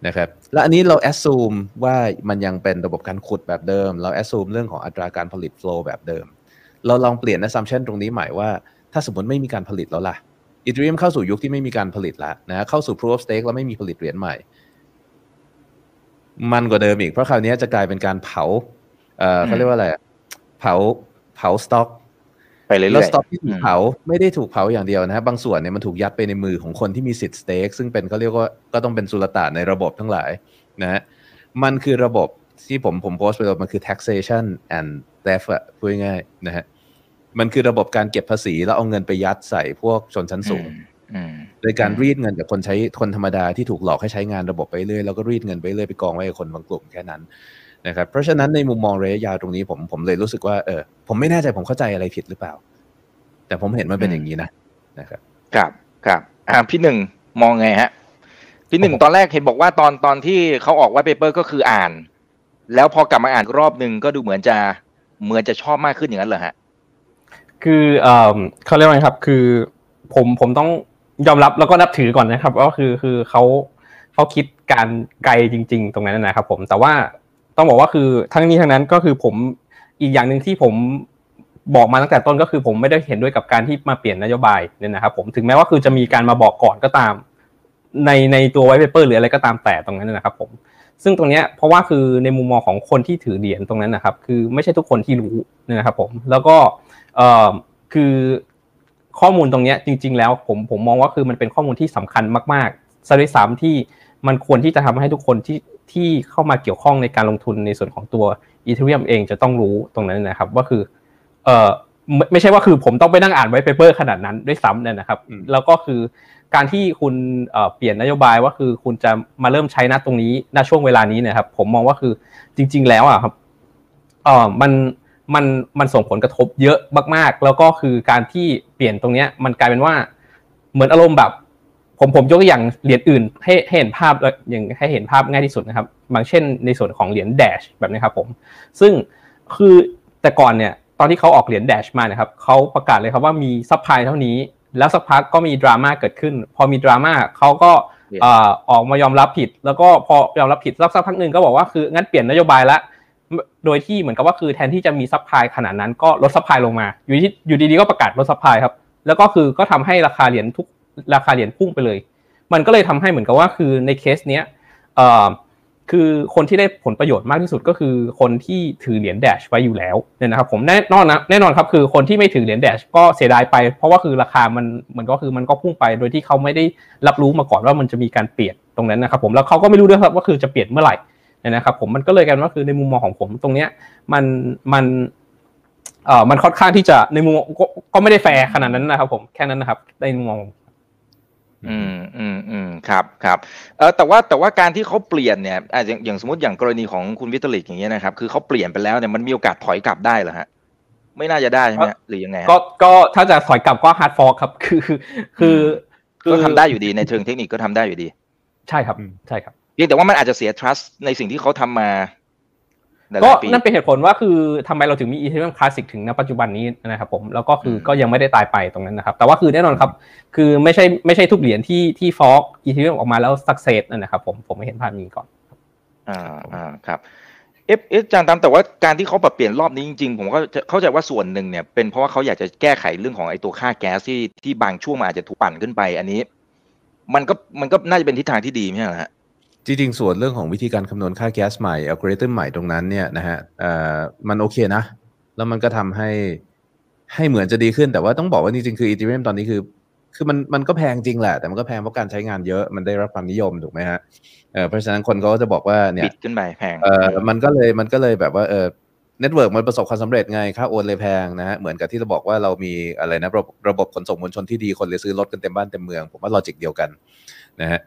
Speaker 3: นะครับแล้วอันนี้เรา assume ว่ามันยังเป็นระบบการขุดแบบเดิมเรา assume เรื่องของอัตราการผลิต flow แบบเดิมเราลองเปลี่ยน assumption ตรงนี้ใหม่ว่าถ้าสมมติไม่มีการผลิตแล้วล่ะ Ethereum เข้าสู่ยุคที่ไม่มีการผลิตแล้วนะเข้าสู่ proof of stake แล้วไม่มีผลิตเหรียญใหม่มันกว่าเดิมอีกเพราะคราวนี้จะกลายเป็นการเผาเขาเรียกว่าอะไรเผาสต็อก
Speaker 2: ไปเรื่อยๆ
Speaker 3: แล้วสต็อกที่ถูกเผาไม่ได้ถูกเผาอย่างเดียวนะบางส่วนเนี่ยมันถูกยัดไปในมือของคนที่มีสิทธิ์สเต็กซึ่งเป็นเขาเรียกว่าก็ต้องเป็นสุลต่านในระบบทั้งหลายนะฮะมันคือระบบที่ผมโพสต์ไปแล้วมันคือ taxation and theft พูดง่ายๆนะฮะมันคือระบบการเก็บภาษีแล้วเอาเงินไปยัดใส่พวกชนชั้นสูงโดยการรีดเงินจากคนธรรมดาที่ถูกหลอกให้ใช้งานระบบไปเรื่อยแล้วก็รีดเงินไปเรื่อยไปกองไว้กับคนบางกลุ่มแค่นั้นนะครับเพราะฉะนั้นในมุมมองระยะยาวตรงนี้ผมเลยรู้สึกว่าผมไม่แน่ใจผมเข้าใจอะไรผิดหรือเปล่าแต่ผมเห็นมันเป็นอย่างนี้นะครับ
Speaker 2: ครับพี่หนึ่งมองไงฮะพี่หนึ่งตอนแรกเห็นบอกว่าตอนที่เขาออกไวท์เปเปอร์ก็คืออ่านแล้วพอกลับมาอ่านรอบนึงก็ดูเหมือนจะชอบมากขึ้นอย่างนั้นเหรอฮะ
Speaker 4: คือเขาเรียกว่าไงครับคือผมต้องยอมรับแล้วก็นับถือก่อนนะครับก็คือเขาคิดการไกลจริงๆตรงนั้นนะครับผมแต่ว่าต้องบอกว่าคือทั้งนี้ทั้งนั้นก็คือผมอีกอย่างนึงที่ผมบอกมาตั้งแต่ต้นก็คือผมไม่ได้เห็นด้วยกับการที่มาเปลี่ยนนโยบายเนี่ยนะครับผมถึงแม้ว่าคือจะมีการมาบอกก่อนก็ตามในตัวไวท์เปเปอร์หรืออะไรก็ตามแต่ตรงนั้นนะครับผมซึ่งตรงเนี้ยเพราะว่าคือในมุมมองของคนที่ถือเหรียญตรงนั้นนะครับคือไม่ใช่ทุกคนที่รู้นะครับผมแล้วก็คือข้อมูลตรงนี้จริงๆแล้วผมมองว่าคือมันเป็นข้อมูลที่สำคัญมากๆซะด้วยซ้ำที่มันควรที่จะทำให้ทุกคนที่เข้ามาเกี่ยวข้องในการลงทุนในส่วนของตัว Ethereum เองจะต้องรู้ตรงนั้นนะครับว่าคือไม่ใช่ว่าคือผมต้องไปนั่งอ่านไวท์เปเปอร์ขนาดนั้นด้วยซ้ำนะครับแล้วก็คือการที่คุณเปลี่ยนนโยบายว่าคือคุณจะมาเริ่มใช้ณตรงนี้ณช่วงเวลานี้นะครับผมมองว่าคือจริงๆแล้วครับมันส่งผลกระทบเยอะมากๆแล้วก็คือการที่เปลี่ยนตรงนี้มันกลายเป็นว่าเหมือนอารมณ์แบบผมยกตัวอย่างเหรียญอื่นให้เห็นภาพอย่างให้เห็นภาพง่ายที่สุดนะครับบางเช่นในส่วนของเหรียญ Dash แบบนี้ครับผมซึ่งคือแต่ก่อนเนี่ยตอนที่เขาออกเหรียญ Dash มานะครับเขาประกาศเลยครับว่ามีซัพพลายเท่านี้แล้วสักพักก็มีดราม่าเกิดขึ้นพอมีดราม่าเขาก็ออกมายอมรับผิดแล้วก็พอยอมรับผิดสักพักนึงก็บอกว่าคืองั้นเปลี่ยนนโยบายละโดยที่เหมือนกับว่าคือแทนที่จะมีซัพพลายขนาดนั้นก็ลดซัพพลายลงมาอยู่ดีๆก็ประกาศลดซัพพลายครับแล้วก็คือก็ทำให้ราคาเหรียญพุ่งไปเลยมันก็เลยทำให้เหมือนกับว่าคือในเคสเนี้ยคือคนที่ได้ผลประโยชน์มากที่สุดก็คือคนที่ถือเหรียญ Dash ไว้อยู่แล้วเนี่ยนะครับผมแน่นอนครับคือคนที่ไม่ถือเหรียญ Dash ก็เสียดายไปเพราะว่าคือราคามันก็คือมันก็พุ่งไปโดยที่เขาไม่ได้รับรู้มาก่อนว่ามันจะมีการเปลี่ยนตรงนั้นนะครับผมแล้วเขาก็ไม่รู้ด้วยครับว่าคือจะเปลี่ยนเมื่อไหร่นะครับผมมันก็เลยกันว่าคือในมุมมองของผมตรงเนี้ยมันค่อนข้างที่จะในมุมก็ไม่ได้แฟร์ขนาดนั้นนะครับผมแค่นั้นนะครับในมุมมอง
Speaker 2: ครับแต่ว่าการที่เขาเปลี่ยนเนี่ยอย่างสมมติอย่างกรณีของคุณวิทลิกอย่างเงี้ยนะครับคือเขาเปลี่ยนไปแล้วเนี่ยมันมีโอกาสถอยกลับได้เหรอฮะไม่น่าจะได้ใช่ไหมหรือยังไง
Speaker 4: ก็ถ้าจะถอยกลับก็ hard fork ครับคือ
Speaker 2: ก็ทำได้อยู่ดีในเชิงเทคนิคก็ทำได้อยู่ดี
Speaker 4: ใช่ครับ
Speaker 2: เพียงแต่ว่ามันอาจจะเสีย trust ในสิ่งที่เขาทำมา
Speaker 4: ก็นั่นเป็นเหตุผลว่าคือทำไมเราถึงมี Ethereum Classic ถึงณปัจจุบันนี้นะครับผมแล้วก็คือก็ยังไม่ได้ตายไปตรงนั้นนะครับแต่ว่าคือแน่นอนครับคือไม่ใช่ทุกเหรียญที่ฟอร์ก Ethereum ออกมาแล้ว success นะครับผมไม่เห็นภาพนี้ก่อน
Speaker 2: ครับอาจารย์ตามแต่ว่าการที่เขาปรับเปลี่ยนรอบนี้จริงๆผมก็เข้าใจว่าส่วนหนึ่งเนี่ยเป็นเพราะว่าเขาอยากจะแก้ไขเรื่องของไอ้ตัวค่าแก๊สที่บางช่วงมันอาจจะถูกปั่นขึ้นไปอันนี้มันก็น่าจะเป็นทิศทางที่ดีไม่ใช่เหรอฮะ
Speaker 3: จริงๆส่วนเรื่องของวิธีการคำนวณค่าแก๊สใหม่อัลกอริทึมใหม่ตรงนั้นเนี่ยนะฮะมันโอเคนะแล้วมันก็ทำให้เหมือนจะดีขึ้นแต่ว่าต้องบอกว่าจริงๆคือ Ethereum ตอนนี้คือมันก็แพงจริงแหละแต่มันก็แพงเพราะการใช้งานเยอะมันได้รับความนิยมถูกไหมฮะเพราะฉะนั้นคนก็จะบอกว่าเนี่ย
Speaker 2: ปิดขึ้นไปแพง
Speaker 3: มันก็เลยแบบว่าเน็ตเวิร์กมันประสบความสำเร็จไงค่าโอนเลยแพงนะฮะเหมือนกับที่เราบอกว่าเรามีอะไรนะระบบขนส่งมวลชนที่ดีคนเลยซื้อรถกันเต็มบ้านเต็มเมืองผมว่าลอจิกเดียวกันนะฮะ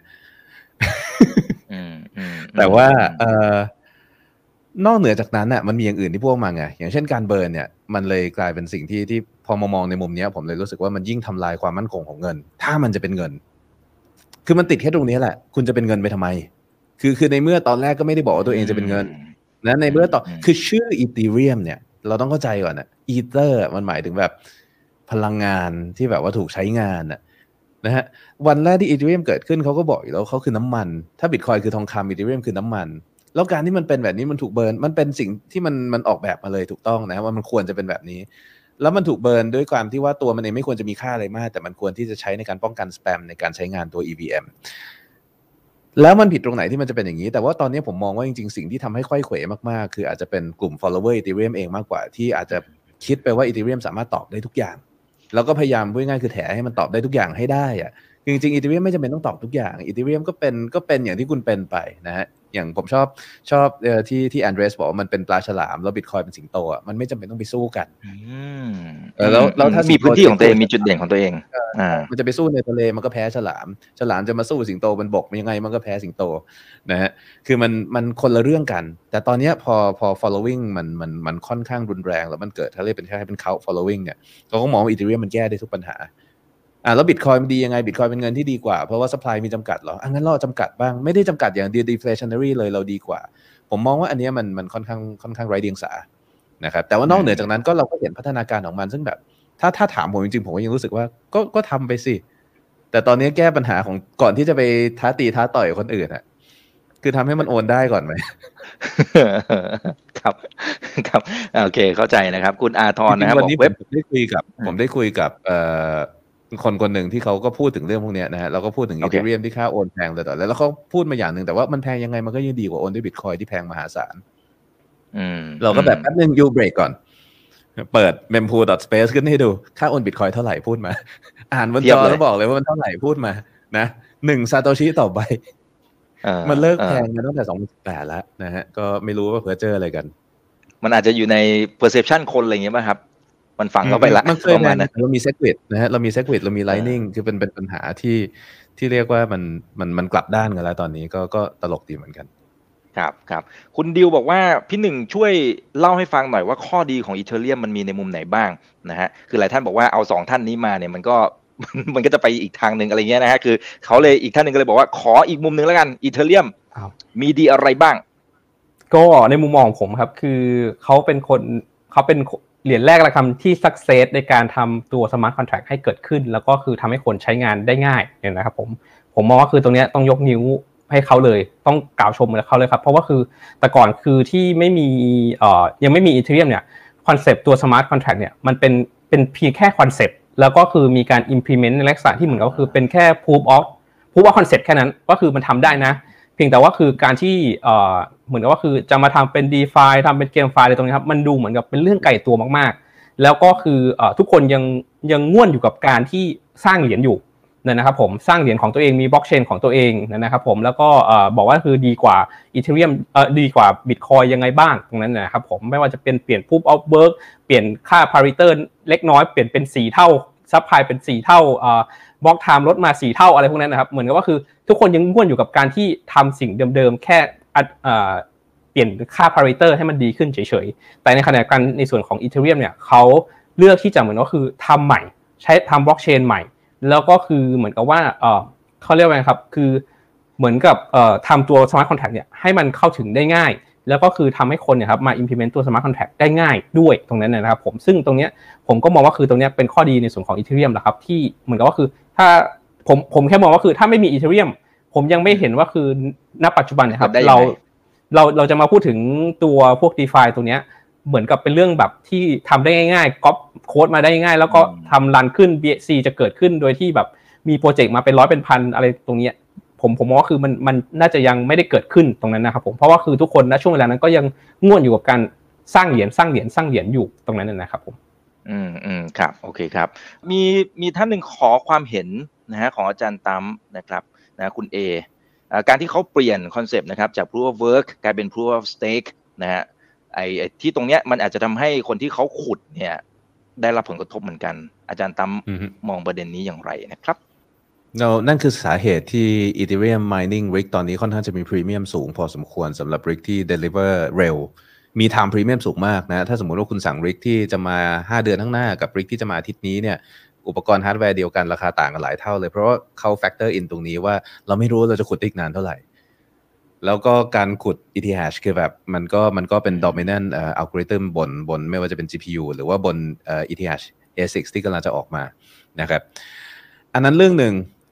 Speaker 3: แต่ว่านอกเหนือจากนั้นน่ะมันมีอย่างอื่นที่พวกมาไงอย่างเช่นการเบิร์นเนี่ยมันเลยกลายเป็นสิ่งที่พอมองในมุมนี้ผมเลยรู้สึกว่ามันยิ่งทำลายความมั่นคงของเงินถ้ามันจะเป็นเงินคือมันติดแค่ตรงนี้แหละคุณจะเป็นเงินไปทำไมคือในเมื่อตอนแรกก็ไม่ได้บอกว่าตัวเองจะเป็นเงินนะในเมื่อต่อคือชื่อ Ethereum เนี่ยเราต้องเข้าใจก่อนนะ Ether มันหมายถึงแบบพลังงานที่แบบว่าถูกใช้งานนะฮะวันแรกที่อีเธเรียมเกิดขึ้นเขาก็บอกอยู่แล้วเขาคือน้ำมันถ้าบิตคอยคือทองคำอีเธเรียมคือน้ำมันแล้วการที่มันเป็นแบบนี้มันถูกเบิร์นมันเป็นสิ่งที่มันออกแบบมาเลยถูกต้องนะว่ามันควรจะเป็นแบบนี้แล้วมันถูกเบิร์นด้วยความที่ว่าตัวมันเองไม่ควรจะมีค่าอะไรมากแต่มันควรที่จะใช้ในการป้องกันสแปมในการใช้งานตัว EVM แล้วมันผิดตรงไหนที่มันจะเป็นอย่างนี้แต่ว่าตอนนี้ผมมองว่าจริงๆสิ่งที่ทำให้ไขว้เขวมากๆคืออาจจะเป็นกลุ่ม follower Ethereum เองมากกว่าที่อาจจะคิดไปว่า Ethereum สามารถตอบได้ทุกอย่างแล้วก็พยายามพูดง่ายคือแถให้มันตอบได้ทุกอย่างให้ได้อะจริงๆ Ethereum ไม่จำเป็นต้องตอบทุกอย่าง Ethereum ก็เป็นอย่างที่คุณเป็นไปนะฮะอย่างผมชอบที่แอนเดรสบอกว่ามันเป็นปลาฉลามแล้ว Bitcoin เป็นสิงโตอ่ะมันไม่จำเป็นต้องไปสู้กันแล้วถ้า
Speaker 2: มีพื้นที่ของตัวเองมีจุดเด่นของตัวเอง
Speaker 3: มันจะไปสู้ในทะเลมันก็แพ้ฉลามจะมาสู้สิงโตบนบกมันยังไงมันก็แพ้สิงโตนะฮะคือมันคนละเรื่องกันแต่ตอนนี้พอ following มันค่อนข้างรุนแรงแล้วมันเกิดถ้าเรียกเป็นแค่เป็น cult following เนี่ยเราก็มองว่า Ethereum มันแก้ได้ทุกปัญหาแล้ว Bitcoin มันดียังไง Bitcoin เป็นเงินที่ดีกว่าเพราะว่า supply มีจำกัดเหรองั้นเราจำกัดบ้างไม่ได้จำกัดอย่าง deflationary เลยเราดีกว่าผมมองว่าอันนี้มันค่อนข้างไร้เดียงสานะครับแต่ว่านอกเหนือจากนั้นก็เราก็เห็นพัฒนาการของมันซึ่งแบบถ้าถามผมจริงๆผมก็ยังรู้สึกว่าก็ทำไปสิแต่ตอนนี้แก้ปัญหาของก่อนที่จะไปท้าต่อยคนอื่นอ่ะคือทำให้มันโอนได้ก่อนไหม
Speaker 2: ครับโอเคเข้าใจนะครับคุณอาทรนะครับ
Speaker 3: วันนี้ผมได้คุยกับคนหนึ่งที่เขาก็พูดถึงเรื่องพวกนี้นะฮะเราก็พูดถึง Ethereum ที่ค่าโอนแพงเลยต่อแล้วเขาพูดมาอย่างนึงแต่ว่ามันแพงยังไงมันก็ยังดีกว่าโอนด้วย Bitcoin ที่แพงมหาศาลเราก็แบบแป๊บนึงยูเบรกก่อนเปิด mempool.space ขึ้นให้ดูค่าโอน Bitcoin เท่าไหร่พูดมาอ่านบนจอแล้วบอกเลยว่ามันเท่าไหร่พูดมานะ1ซาโตชิต่อใบมันเลิกแพงมาตั้งแต่2018แล้วนะฮะก็ไม่รู้ว่าเพ้อเจ้ออะไรกัน
Speaker 2: มันอาจจะอยู่ใน perception คนอะไรอย่างเงี้ยป่ะครับมันฝังเข้าไปละ
Speaker 3: ประมาณนั้นเรามี Segwit นะฮะเรามี Segwit เรามี Lightning คือเป็นปัญหาที่เรียกว่ามันกลับด้านกันแล้วตอนนี้ก็ตลกดีเหมือนกัน
Speaker 2: ครับคุณดิวบอกว่าพี่หนึ่งช่วยเล่าให้ฟังหน่อยว่าข้อดีของ Ethereum มันมีในมุมไหนบ้างนะฮะคือหลายท่านบอกว่าเอา2ท่านนี้มาเนี่ยมันก็จะไปอีกทางนึงอะไรเงี้ยนะฮะคือเขาเลยอีกท่านนึงก็เลยบอกว่าขออีกมุมนึงแล้วกัน Ethereum มีดีอะไรบ้าง
Speaker 4: ก็ในมุมมองของผมครับคือเขาเป็นเหรียญแรกละคำที่ success ในการทำตัว smart contract ให้เกิดขึ้นแล้วก็คือทำให้คนใช้งานได้ง่ายเนี่ยนะครับผมมองว่าคือตรงนี้ต้องยกนิ้วให้เขาเลยต้องกล่าวชมเขาเลยครับเพราะว่าคือแต่ก่อนคือที่ไม่มียังไม่มี Ethereum เนี่ยคอนเซปต์ตัว smart contract เนี่ยมันเป็นเพียงแค่คอนเซปต์แล้วก็คือมีการ implement ในลักษณะที่เหมือนกับคือเป็นแค่ proof of concept แค่นั้นก็คือมันทำได้นะเพียงแต่ว่าคือการที่เหมือนกับว่าคือจะมาทำเป็น DeFi ทำเป็นเกมไฟล์อะไรตรงนี้ครับมันดูเหมือนกับเป็นเรื่องไกลตัวมากๆแล้วก็คือทุกคนยังง่วนอยู่กับการที่สร้างเหรียญอยู่นะครับผมสร้างเหรียญของตัวเองมีบล็อกเชนของตัวเองนะครับผมแล้วก็บอกว่าคือดีกว่า Ethereum ดีกว่า Bitcoin ยังไงบ้างตรงนั้นนะครับผมไม่ว่าจะเป็นเปลี่ยน Proof of Work เปลี่ยนค่า Parity เล็กน้อยเปลี่ยนเป็น4เท่าซัพพลายเป็น4เท่าบล็อกไทม์ลดมา4เท่าอะไรพวกนั้นนะครับเหมือนกับว่าคือทุกคนยังง่วนอยู่กับการที่ทำสิ่งเดิมๆแค่เปลี่ยนค่า Parity ให้มันดีขึ้นเฉยๆแต่ในขณะเดียวกันในส่วนของ Ethereum เนี่ยเขาเลือกที่จะเหมือนก็คือทำใหม่ใช้ทำบล็อกเชนใหม่แล้วก็คือเหมือนกับว่าเขาเรียกว่าไงครับคือเหมือนกับทำตัว smart contract เนี่ยให้มันเข้าถึงได้ง่ายแล้วก็คือทำให้คนเนี่ยครับมา implement ตัว smart contract ได้ง่ายด้วยตรงนั้นนะครับผมซึ่งตรงเนี้ยผมก็มองว่าคือตรงเนี้ยเป็นข้อดีในส่วนของ Ethereum แหละครับที่เหมือนกับว่าคือถ้าผมแค่มองว่าคือถ้าไม่มี Ethereum ผมยังไม่เห็นว่าคือณปัจจุบันนะครับเราจะมาพูดถึงตัวพวก DeFi ตัวเนี้ยเหมือนกับเป็นเรื่องแบบที่ทำได้ง่ายๆก๊อปโค้ดมาได้ง่ายแล้วก็ทำรันขึ้น BSC จะเกิดขึ้นโดยที่แบบมีโปรเจกต์มาเป็นร้อยเป็นพันอะไรตรงนี้ผมมองว่าคือมันน่าจะยังไม่ได้เกิดขึ้นตรงนั้นนะครับผมเพราะว่าคือทุกคนณช่วงเวลานั้นก็ยังง่วนอยู่กับการสร้างเหรียญอยู่ตรงนั้นนะครับผม
Speaker 2: ครับโอเคครับมีท่านหนึ่งขอความเห็นนะฮะของอาจารย์ตั้มนะครับนะคุณเอการที่เขาเปลี่ยนคอนเซปต์นะครับจาก proof of work กลายเป็น proof of stake นะฮะไอ้ที่ตรงเนี้ยมันอาจจะทำให้คนที่เขาขุดเนี่ยได้รับผลกระทบเหมือนกันอาจารย์ตั้มมองประเด็นนี้อย่างไรนะครับ
Speaker 3: นั่นคือสาเหตุที่ Ethereum mining rig ตอนนี้ค่อนข้างจะมีพรีเมียมสูงพอสมควรสำหรับ rig ที่ deliver เร็วมี time premium สูงมากนะถ้าสมมุติว่าคุณสั่ง rig ที่จะมา5เดือนข้างหน้ากับ rig ที่จะมาอาทิตย์นี้เนี่ยอุปกรณ์ฮาร์ดแวร์เดียวกันราคาต่างกันหลายเท่าเลยเพราะว่าเขา factor in ตรงนี้ว่าเราไม่รู้เราจะขุดอีกนานเท่าไหร่แล้วก็การขุด ETH คือแบบมันก็เป็น dominant algorithm บนไม่ว่าจะเป็น GPU หรือว่าบนETH A6 ที่กำลังจะออกมานะครับอันนั้นเรื่องหนึ่ง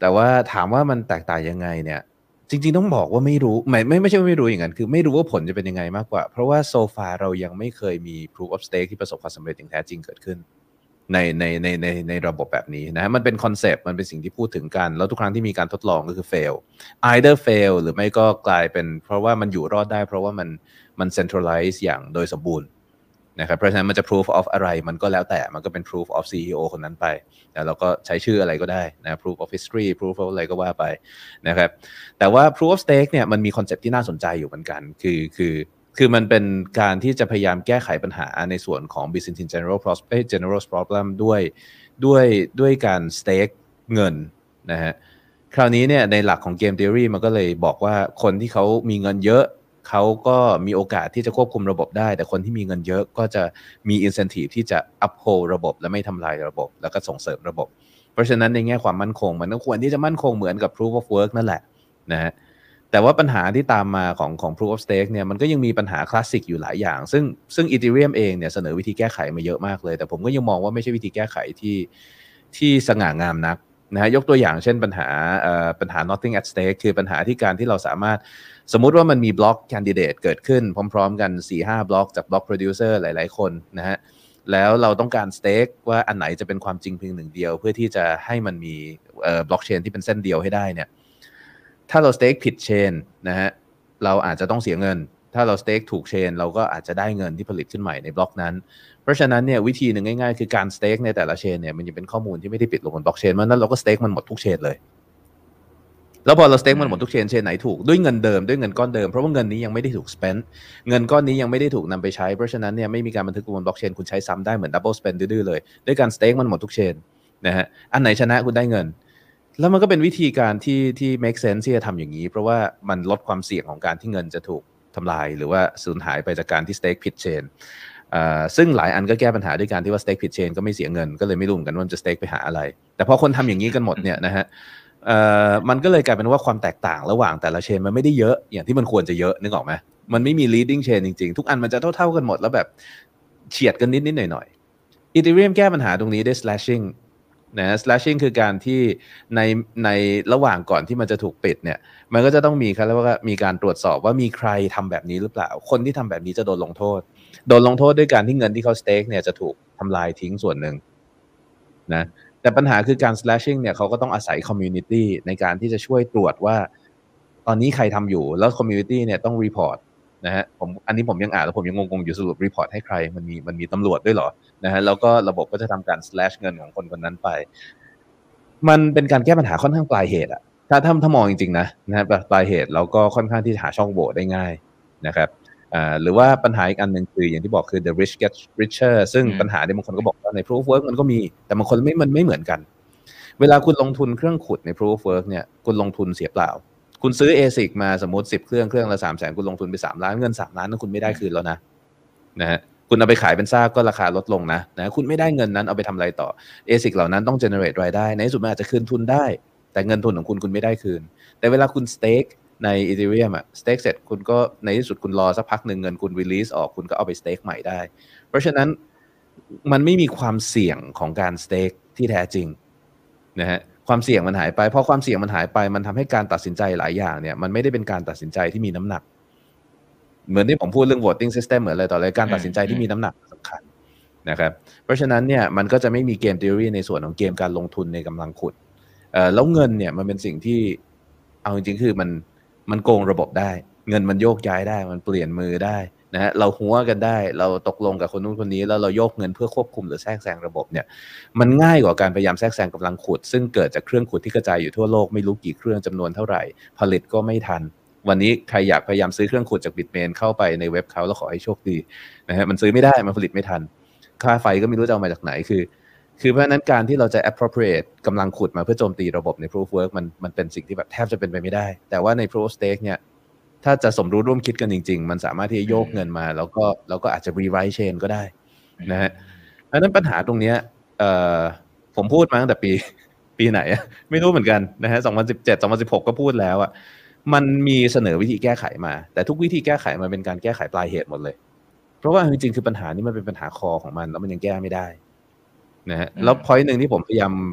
Speaker 3: แต่ว่าถามว่ามันแตกต่างยังไงเนี่ยจริงๆต้องบอกว่าไม่รู้ไม่ใช่ว่าไม่รู้อย่างนั้นคือไม่รู้ว่าผลจะเป็นยังไงมากกว่าเพราะว่าโซฟาเรายังไม่เคยมี proof of stake ที่ประสบความสำเร็จอย่างแท้จริงเกิดขึ้นในระบบแบบนี้นะมันเป็นคอนเซปต์มันเป็นสิ่งที่พูดถึงกันแล้วทุกครั้งที่มีการทดลองก็คือ fail either fail หรือไม่ก็กลายเป็นเพราะว่ามันอยู่รอดได้เพราะว่ามัน centralize อย่างโดยสมบูรณ์นะครับเพราะฉะนั้นมันจะ proof of อะไรมันก็แล้วแต่มันก็เป็น proof of CEO คนนั้นไปแล้วเราก็ใช้ชื่ออะไรก็ได้นะ proof of history proof of อะไรก็ว่าไปนะครับแต่ว่า proof of stake เนี่ยมันมีคอนเซปต์ที่น่าสนใจอยู่เหมือนกันคือมันเป็นการที่จะพยายามแก้ไขปัญหาในส่วนของ business in general problem ด้วยการ stake เงินนะฮะคราวนี้เนี่ยในหลักของ game theory มันก็เลยบอกว่าคนที่เขามีเงินเยอะเขาก็มีโอกาสที่จะควบคุมระบบได้แต่คนที่มีเงินเยอะก็จะมี incentive ที่จะ uphold ระบบและไม่ทำลายระบบแล้วก็ส่งเสริมระบบเพราะฉะนั้นในแง่ความมั่นคงมันก็ควรที่จะมั่นคงเหมือนกับ proof of work นั่นแหละนะฮะแต่ว่าปัญหาที่ตามมาของ proof of stake เนี่ยมันก็ยังมีปัญหาคลาสสิกอยู่หลายอย่างซึ่ง Ethereum เองเนี่ยเสนอวิธีแก้ไขมาเยอะมากเลยแต่ผมก็ยังมองว่าไม่ใช่วิธีแก้ไขที่สง่างามนักนะฮะยกตัวอย่างเช่นปัญหา nothing at stake คือปัญหาที่การที่เราสามารถสมมุติว่ามันมีบล็อกแคนดิเดตเกิดขึ้นพร้อมๆกัน 4-5 บล็อกจากบล็อกโปรดิวเซอร์หลายๆคนนะฮะแล้วเราต้องการสเต็กว่าอันไหนจะเป็นความจริงเพียงหนึ่งเดียวเพื่อที่จะให้มันมีบล็อกเชนที่เป็นเส้นเดียวให้ได้เนี่ยถ้าเราสเต็กผิดเชนนะฮะเราอาจจะต้องเสียเงินถ้าเราสเต็กถูกเชนเราก็อาจจะได้เงินที่ผลิตขึ้นใหม่ในบล็อกนั้นเพราะฉะนั้นเนี่ยวิธีหนึ่งง่ายๆคือการสเต็กในแต่ละเชนเนี่ยมันจะเป็นข้อมูลที่ไม่ได้ปิดลงบนบล็อกเชนเพราะนั้นเราก็สเต็กมันหมดทุกเชนเลยแล้วพอเราสเต็กมันหมดทุกเชนไหนถูกด้วยเงินเดิมด้วยเงินก้อนเดิมเพราะว่าเงินนี้ยังไม่ได้ถูก spend เงินก้อนนี้ยังไม่ได้ถูกนำไปใช้เพราะฉะนั้นเนี่ยไม่มีการบันทึกบนบล็อกเชนคุณใช้ซ้ำได้เหมือน double spend ดื้อๆเลยด้วยการสเต็กมันหมดทุกเชนนะฮะอันไหนชนะคุณได้เงินแล้วมันก็เป็นวิธีการที่ make sense ที่จะทำอย่างนี้เพราะว่ามันลดความเสี่ยงของการที่เงินจะถูกทำลายหรือว่าสูญหายไปจากการที่สเต็กผิดเชนซึ่งหลายอันก็แก้ปัญหาด้วยการที่ว่าสเต็กผิดเชนก็ไม่เสียเงินก็เลยไม่รู้เหมือนกันว่าจะสเต็กไปหาอะไรแต่พอคนทำอย่างนี้กันหมดเนี่ยนะฮะมันก็เลยกลายเป็นว่าความแตกต่างระหว่างแต่ละเชนมันไม่ได้เยอะอย่างที่มันควรจะเยอะนึกออกไหมมันไม่มี leading chain จริงๆทุกอันมันจะเท่ากันหมดแล้วแบบเฉียดกันนิดๆหน่อยๆ Ethereum แก้ปัญหาตรงนี้ด้วย slashing นะ slashing คือการที่ในระหว่างก่อนที่มันจะถูกปิดเนี่ยมันก็จะต้องมีครับว่ามีการตรวจสอบว่ามีใครทำแบบนี้หรือเปล่าคนที่ทำแบบนี้จะโดนลงโทษด้วยการที่เงินที่เขา stake เนี่ยจะถูกทำลายทิ้งส่วนหนึ่งนะแต่ปัญหาคือการ slashing เนี่ยเขาก็ต้องอาศัย community ในการที่จะช่วยตรวจว่าตอนนี้ใครทำอยู่แล้ว community เนี่ยต้อง report นะฮะอันนี้ผมยังอ่านแล้วผมยังงงๆอยู่สรุป report ให้ใครมันมีตำรวจด้วยเหรอนะฮะแล้วก็ระบบก็จะทำการ slash เงินของคนนั้นไปมันเป็นการแก้ปัญหาค่อนข้างปลายเหตุอะถ้ามองจริงๆนะฮะปลายเหตุแล้วก็ค่อนข้างที่จะหาช่องโหว่ได้ง่ายนะครับหรือว่าปัญหาอีกอันหนึ่งคืออย่างที่บอกคือ the rich get richer ซึ่งปัญหาที่บางคนก็บอกว่าใน proof of work มันก็มีแต่บางคนมันไม่เหมือนกันเวลาคุณลงทุนเครื่องขุดใน proof of work เนี่ยคุณลงทุนเสียเปล่าคุณซื้อ ASIC มาสมมติ10เครื่องละ 300,000 คุณลงทุนไป3ล้านเงิน3ล้านนั้นคุณไม่ได้คืนแล้วนะฮะคุณเอาไปขายเป็นซากก็ราคาลดลงนะคุณไม่ได้เงินนั้นเอาไปทำอะไรต่อ ASIC เหล่านั้นต้อง generate รายได้ในที่สุดมันอาจจะคืนทุนได้แต่เงินทุนของคุณไม่ได้คืนแต่เวลาคุณ stakeใน Ethereum อ่ะ stake เสร็จคุณก็ในที่สุดคุณรอสักพักหนึ่งเงินคุณ release ออกคุณก็เอาไป stake ใหม่ได้เพราะฉะนั้นมันไม่มีความเสี่ยงของการ stake ที่แท้จริงนะฮะความเสี่ยงมันหายไปพอความเสี่ยงมันหายไปมันทำให้การตัดสินใจหลายอย่างเนี่ยมันไม่ได้เป็นการตัดสินใจที่มีน้ำหนักเหมือนที่ผมพูดเรื่อง voting system เหมือนอะไรต่ออะไรการตัดสินใจที่มีน้ำหนักสำคัญนะครับเพราะฉะนั้นเนี่ยมันก็จะไม่มีเกม theory ในส่วนของเกมการลงทุนในกำลังขุดแล้วเงินเนี่ยมันเป็นสิ่งที่เอาจริงๆคือมันโกงระบบได้เงินมันโยกย้ายได้มันเปลี่ยนมือได้นะฮะเราหัวกันได้เราตกลงกับคนนู้นคนนี้แล้วเราโยกเงินเพื่อควบคุมหรือแทรกแซงระบบเนี่ยมันง่ายกว่าการพยายามแทรกแซงกำลังขุดซึ่งเกิดจากเครื่องขุดที่กระจายอยู่ทั่วโลกไม่รู้กี่เครื่องจำนวนเท่าไหร่ผลิตก็ไม่ทันวันนี้ใครอยากพยายามซื้อเครื่องขุดจาก Bitmain เข้าไปในเว็บเขาแล้วขอให้โชคดีนะฮะมันซื้อไม่ได้มันผลิตไม่ทันค่าไฟก็ไม่รู้จะเอามาจากไหนคือเพราะนั้นการที่เราจะ appropriate กำลังขุดมาเพื่อโจมตีระบบใน proof of work มันเป็นสิ่งที่แบบแทบจะเป็นไปไม่ได้แต่ว่าใน proof of stake เนี่ยถ้าจะสมรู้ร่วมคิดกันจริงๆมันสามารถที่จะโยกเงินมาแล้วก็อาจจะ rewrite chain ก็ได้นะฮะเพราะนั้นปัญหาตรงนี้ผมพูดมาตั้งแต่ปีไหนไม่รู้เหมือนกันนะฮะ2017 2016ก็พูดแล้วอ่ะมันมีเสนอวิธีแก้ไขมาแต่ทุกวิธีแก้ไขมันเป็นการแก้ไขปลายเหตุหมดเลยเพราะว่าจริงๆคือปัญหานี้มันเป็นปัญหาคอของมันแล้วมันยังแก้ไม่ได้นะฮะแล้ว point นึงที่ผมพยายาม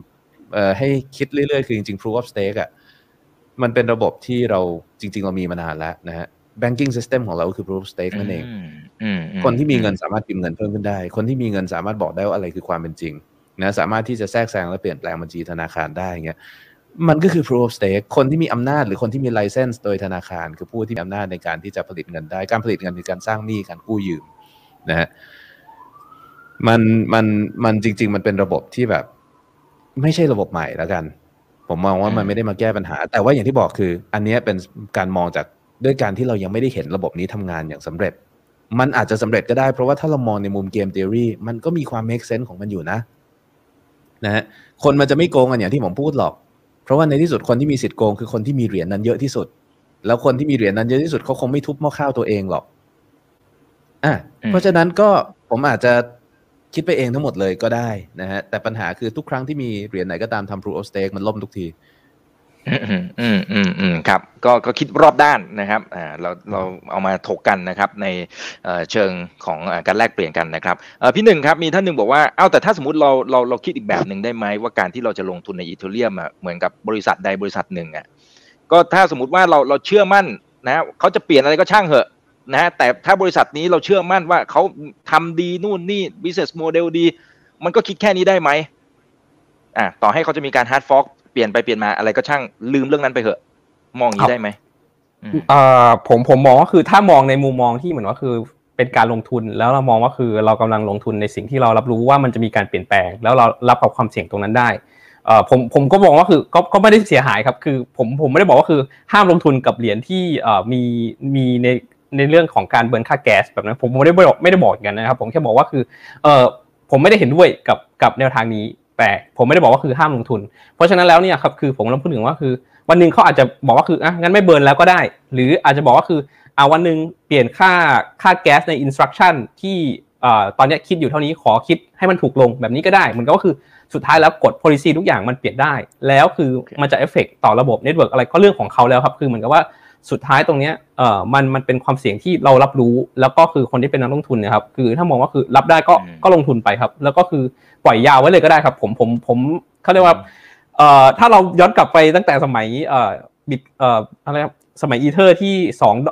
Speaker 3: ให้คิดเรื่อยๆคือจริงๆ proof of stake อ่ะมันเป็นระบบที่เราจริงๆเรามีมานานแล้วนะฮะ banking system ของเราคือ proof of stake นั่นเองคนที่มีเงินสามารถพิมพ์เงินเพิ่มขึ้นได้คนที่มีเงินสามารถบอกได้ว่าอะไรคือความเป็นจริงนะสามารถที่จะแทรกแซงและเปลี่ยนแปลงบัญชีธนาคารได้เงี้ยมันก็คือ proof of stake คนที่มีอำนาจหรือคนที่มี license โดยธนาคารคือผู้ที่มีอำนาจในการที่จะผลิตเงินได้การผลิตเงินคือการสร้างหนี้การกู้ยืมนะฮะมันจริงๆมันเป็นระบบที่แบบไม่ใช่ระบบใหม่แล้วกันผมมองว่ามันไม่ได้มาแก้ปัญหาแต่ว่าอย่างที่บอกคืออันนี้เป็นการมองจากด้วยการที่เรายังไม่ได้เห็นระบบนี้ทำงานอย่างสำเร็จมันอาจจะสำเร็จก็ได้เพราะว่าถ้าเรามองในมุมเกม theory มันก็มีความ make sense ของมันอยู่นะฮะคนมันจะไม่โกงกันอย่างที่ผมพูดหรอกเพราะว่าในที่สุดคนที่มีสิทธิ์โกงคือคนที่มีเหรียญนั้นเยอะที่สุดแล้วคนที่มีเหรียญนั้นเยอะที่สุดเขาคงไม่ทุบหม้อข้าวตัวเองหรอกเพราะฉะนั้นก็ผมอาจจะคิดไปเองทั้งหมดเลยก็ได้นะฮะแต่ปัญหาคือทุกครั้งที่มีเหรียญไหนก็ตามทำ proof of stake มันล่มทุกที
Speaker 2: ครับก็คิดรอบด้านนะครับเราเอามาถกกันนะครับในเชิงของการแลกเปลี่ยนกันนะครับพี่หนึ่งครับมีท่านหนึ่งบอกว่าแต่ถ้าสมมุติเราคิดอีกแบบหนึ่งได้ไหมว่าการที่เราจะลงทุนในอีเธอเรียมเหมือนกับบริษัทใดบริษัทหนึ่งก็ถ้าสมมุติว่าเราเชื่อมั่นนะเขาจะเปลี่ยนอะไรก็ช่างเหอะนะแต่ถ้าบริษัทนี้เราเชื่อมั่นว่าเขาทำดีนู่นนี่ business model ดีมันก็คิดแค่นี้ได้ไหมต่อให้เขาจะมีการ hard fork เปลี่ยนไปเปลี่ยนมาอะไรก็ช่างลืมเรื่องนั้นไปเถอะมองอย่างนี้ได้ไหม
Speaker 4: ผมมองว่าคือถ้ามองในมุมมองที่เหมือนว่าคือเป็นการลงทุนแล้วเรามองว่าคือเรากำลังลงทุนในสิ่งที่เรารับรู้ว่ามันจะมีการเปลี่ยนแปลงแล้วเรารับกับความเสี่ยงตรงนั้นได้ผมก็มองว่าคือก็ไม่ได้เสียหายครับคือผมไม่ได้บอกว่าคือห้ามลงทุนกับเหรียญที่มีในเรื่องของการเบิร์นค่าแก๊สแบบนั้นผมไม่ได้บอกอย่างนั้นนะครับผมแค่บอกว่าคือผมไม่ได้เห็นด้วยกับแนวทางนี้แต่ผมไม่ได้บอกว่าคือห้ามลงทุนเพราะฉะนั้นแล้วเนี่ยครับคือผมกำลังพูดถึงว่าคือวันนึงเขาอาจจะบอกว่าคืองั้นไม่เบิร์นแล้วก็ได้หรืออาจจะบอกว่าคือวันนึงเปลี่ยนค่าแก๊สใน instruction ที่ตอนนี้คิดอยู่เท่านี้ขอคิดให้มันถูกลงแบบนี้ก็ได้มันก็คือสุดท้ายแล้วกฎ policy ทุกอย่างมันเปลี่ยนได้แล้วคือมันจะ effect ต่อระบบ network อะไรก็เรื่องของเขาแล้วครับคือเหมือนกับว่าสุดท้ายตรงนี้มันเป็นความเสี่ยงที่เรารับรู้แล้วก็คือคนที่เป็นนักลงทุนนะครับคือถ้ามองว่าคือรับได้ก็ลงทุนไปครับแล้วก็คือปล่อยยาวไว้เลยก็ได้ครับผมเขาเรียกว่าถ้าเราย้อนกลับไปตั้งแต่สมัยบิตอะไรครับสมัยอีเธอร์ที่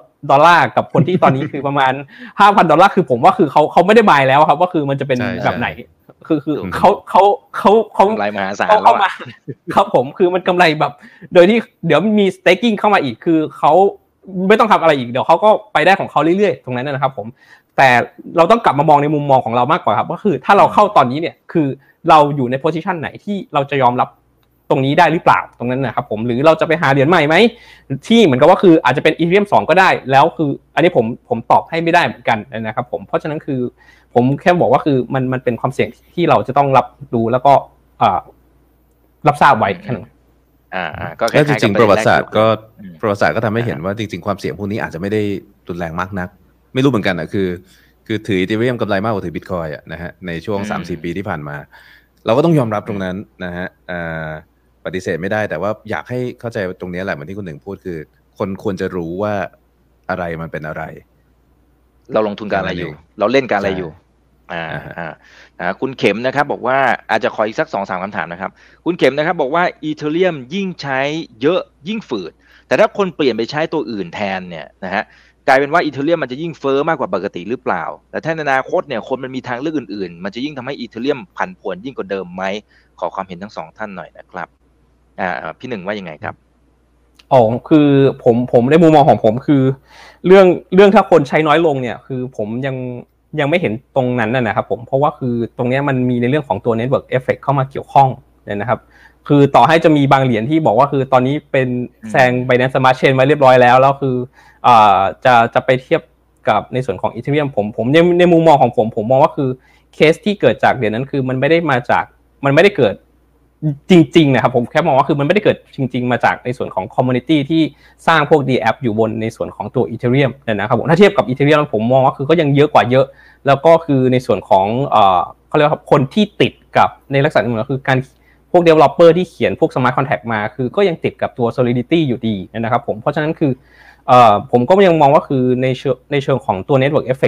Speaker 4: $2กับคนที่ตอนนี้คือประมาณ$5,000คือผมว่าคือเขาไม่ได้บายแล้วครับว่าคือมันจะเป็นแบบไหนคือเขา
Speaker 2: กำไรมหาศาล
Speaker 4: เข้ามาครับผมคือมันกำไรแบบโดยที่เดี๋ยวมี staking เข้ามาอีกคือเขาไม่ต้องทำอะไรอีกเดี๋ยวเขาก็ไปได้ของเขาเรื่อยๆตรงนั้นนะครับผมแต่เราต้องกลับมามองในมุมมองของเรามากกว่าครับก็คือถ้าเราเข้าตอนนี้เนี่ยคือเราอยู่ใน position ไหนที่เราจะยอมรับตรงนี้ได้หรือเปล่าตรงนั้นนะครับผมหรือเราจะไปหาเหรียญใหม่ไหมที่เหมือนกับว่าคืออาจจะเป็น Ethereum 2ก็ได้แล้วคืออันนี้ผมตอบให้ไม่ได้เหมือนกันนะครับผมเพราะฉะนั้นคือผมแค่บอกว่าคือมันเป็นความเสี่ยงที่เราจะต้องรับรู้แล้วก็รับทราบไว้แค่นั้น
Speaker 3: ก็จริงๆประวัติศาสตร์ก็ทำให้เห็นว่าจริงๆความเสี่ยงพวกนี้อาจจะไม่ได้รุนแรงมากนักไม่รู้เหมือนกันคือถือ Ethereum กำไรมากกว่าถือ Bitcoin นะฮะในช่วง 3-4 ปีที่ผ่านมาเราก็ต้องยอมรับตรงนั้นนะฮะปฏิเสธไม่ได้แต่ว่าอยากให้เข้าใจตรงนี้แหละเหมือนที่คุณหนึ่งพูดคือคนควรจะรู้ว่าอะไรมันเป็นอะไร
Speaker 2: เราลงทุนกับอะไรอยู่เราเล่นกับอะไรอยู่คุณเข็มนะครับบอกว่าอาจจะขออีกสัก 2-3 คำถามนะครับคุณเข็มนะครับบอกว่าอีเธอเรียมยิ่งใช้เยอะยิ่งฝืดแต่ถ้าคนเปลี่ยนไปใช้ตัวอื่นแทนเนี่ยนะฮะกลายเป็นว่าอีเธอเรียมมันจะยิ่งเฟ้อมากกว่าปกติหรือเปล่าแต่ถ้าในอนาคตเนี่ยคนมันมีทางเลือกอื่นๆมันจะยิ่งทำให้อีเธอเรียมผันผวนยิ่งกว่าเดิมไหมขอความเห็นทั้งสองท่านหน่อยนะครับพี่หนึ่งว่ายังไงครับ
Speaker 4: คือผมในมุมมองของผมคือเรื่องถ้าคนใช้น้อยลงเนี่ยคือผมยังไม่เห็นตรงนั้นนะครับผมเพราะว่าคือตรงนี้มันมีในเรื่องของตัว network effect เข้ามาเกี่ยวข้องนะครับคือต่อให้จะมีบางเหรียญที่บอกว่าคือตอนนี้เป็นแซง Binance Smart Chain ไว้เรียบร้อยแล้วคือจะไปเทียบกับในส่วนของ Ethereum ผมในมุมมองของผมมองว่าคือเคสที่เกิดจากเหรียญนั้นคือมันไม่ได้เกิดจริงๆนะครับผมแค่มองว่าคือมันไม่ได้เกิดจริงๆมาจากในส่วนของคอมมูนิตี้ที่สร้างพวก DApp อยู่บนในส่วนของตัว Ethereum นะครับผมถ้าเทียบกับ Ethereum ผมมองว่าคือก็ยังเยอะกว่าเยอะแล้วก็คือในส่วนของเขาเรียกว่าคนที่ติดกับในลักษณะนึงก็คือการพวก developer ที่เขียนพวก smart contract มาคือก็ยังติดกับตัว solidity อยู่ดีนะครับผมเพราะฉะนั้นคือผมก็ยังมองว่าคือในเชิงของตัว network effect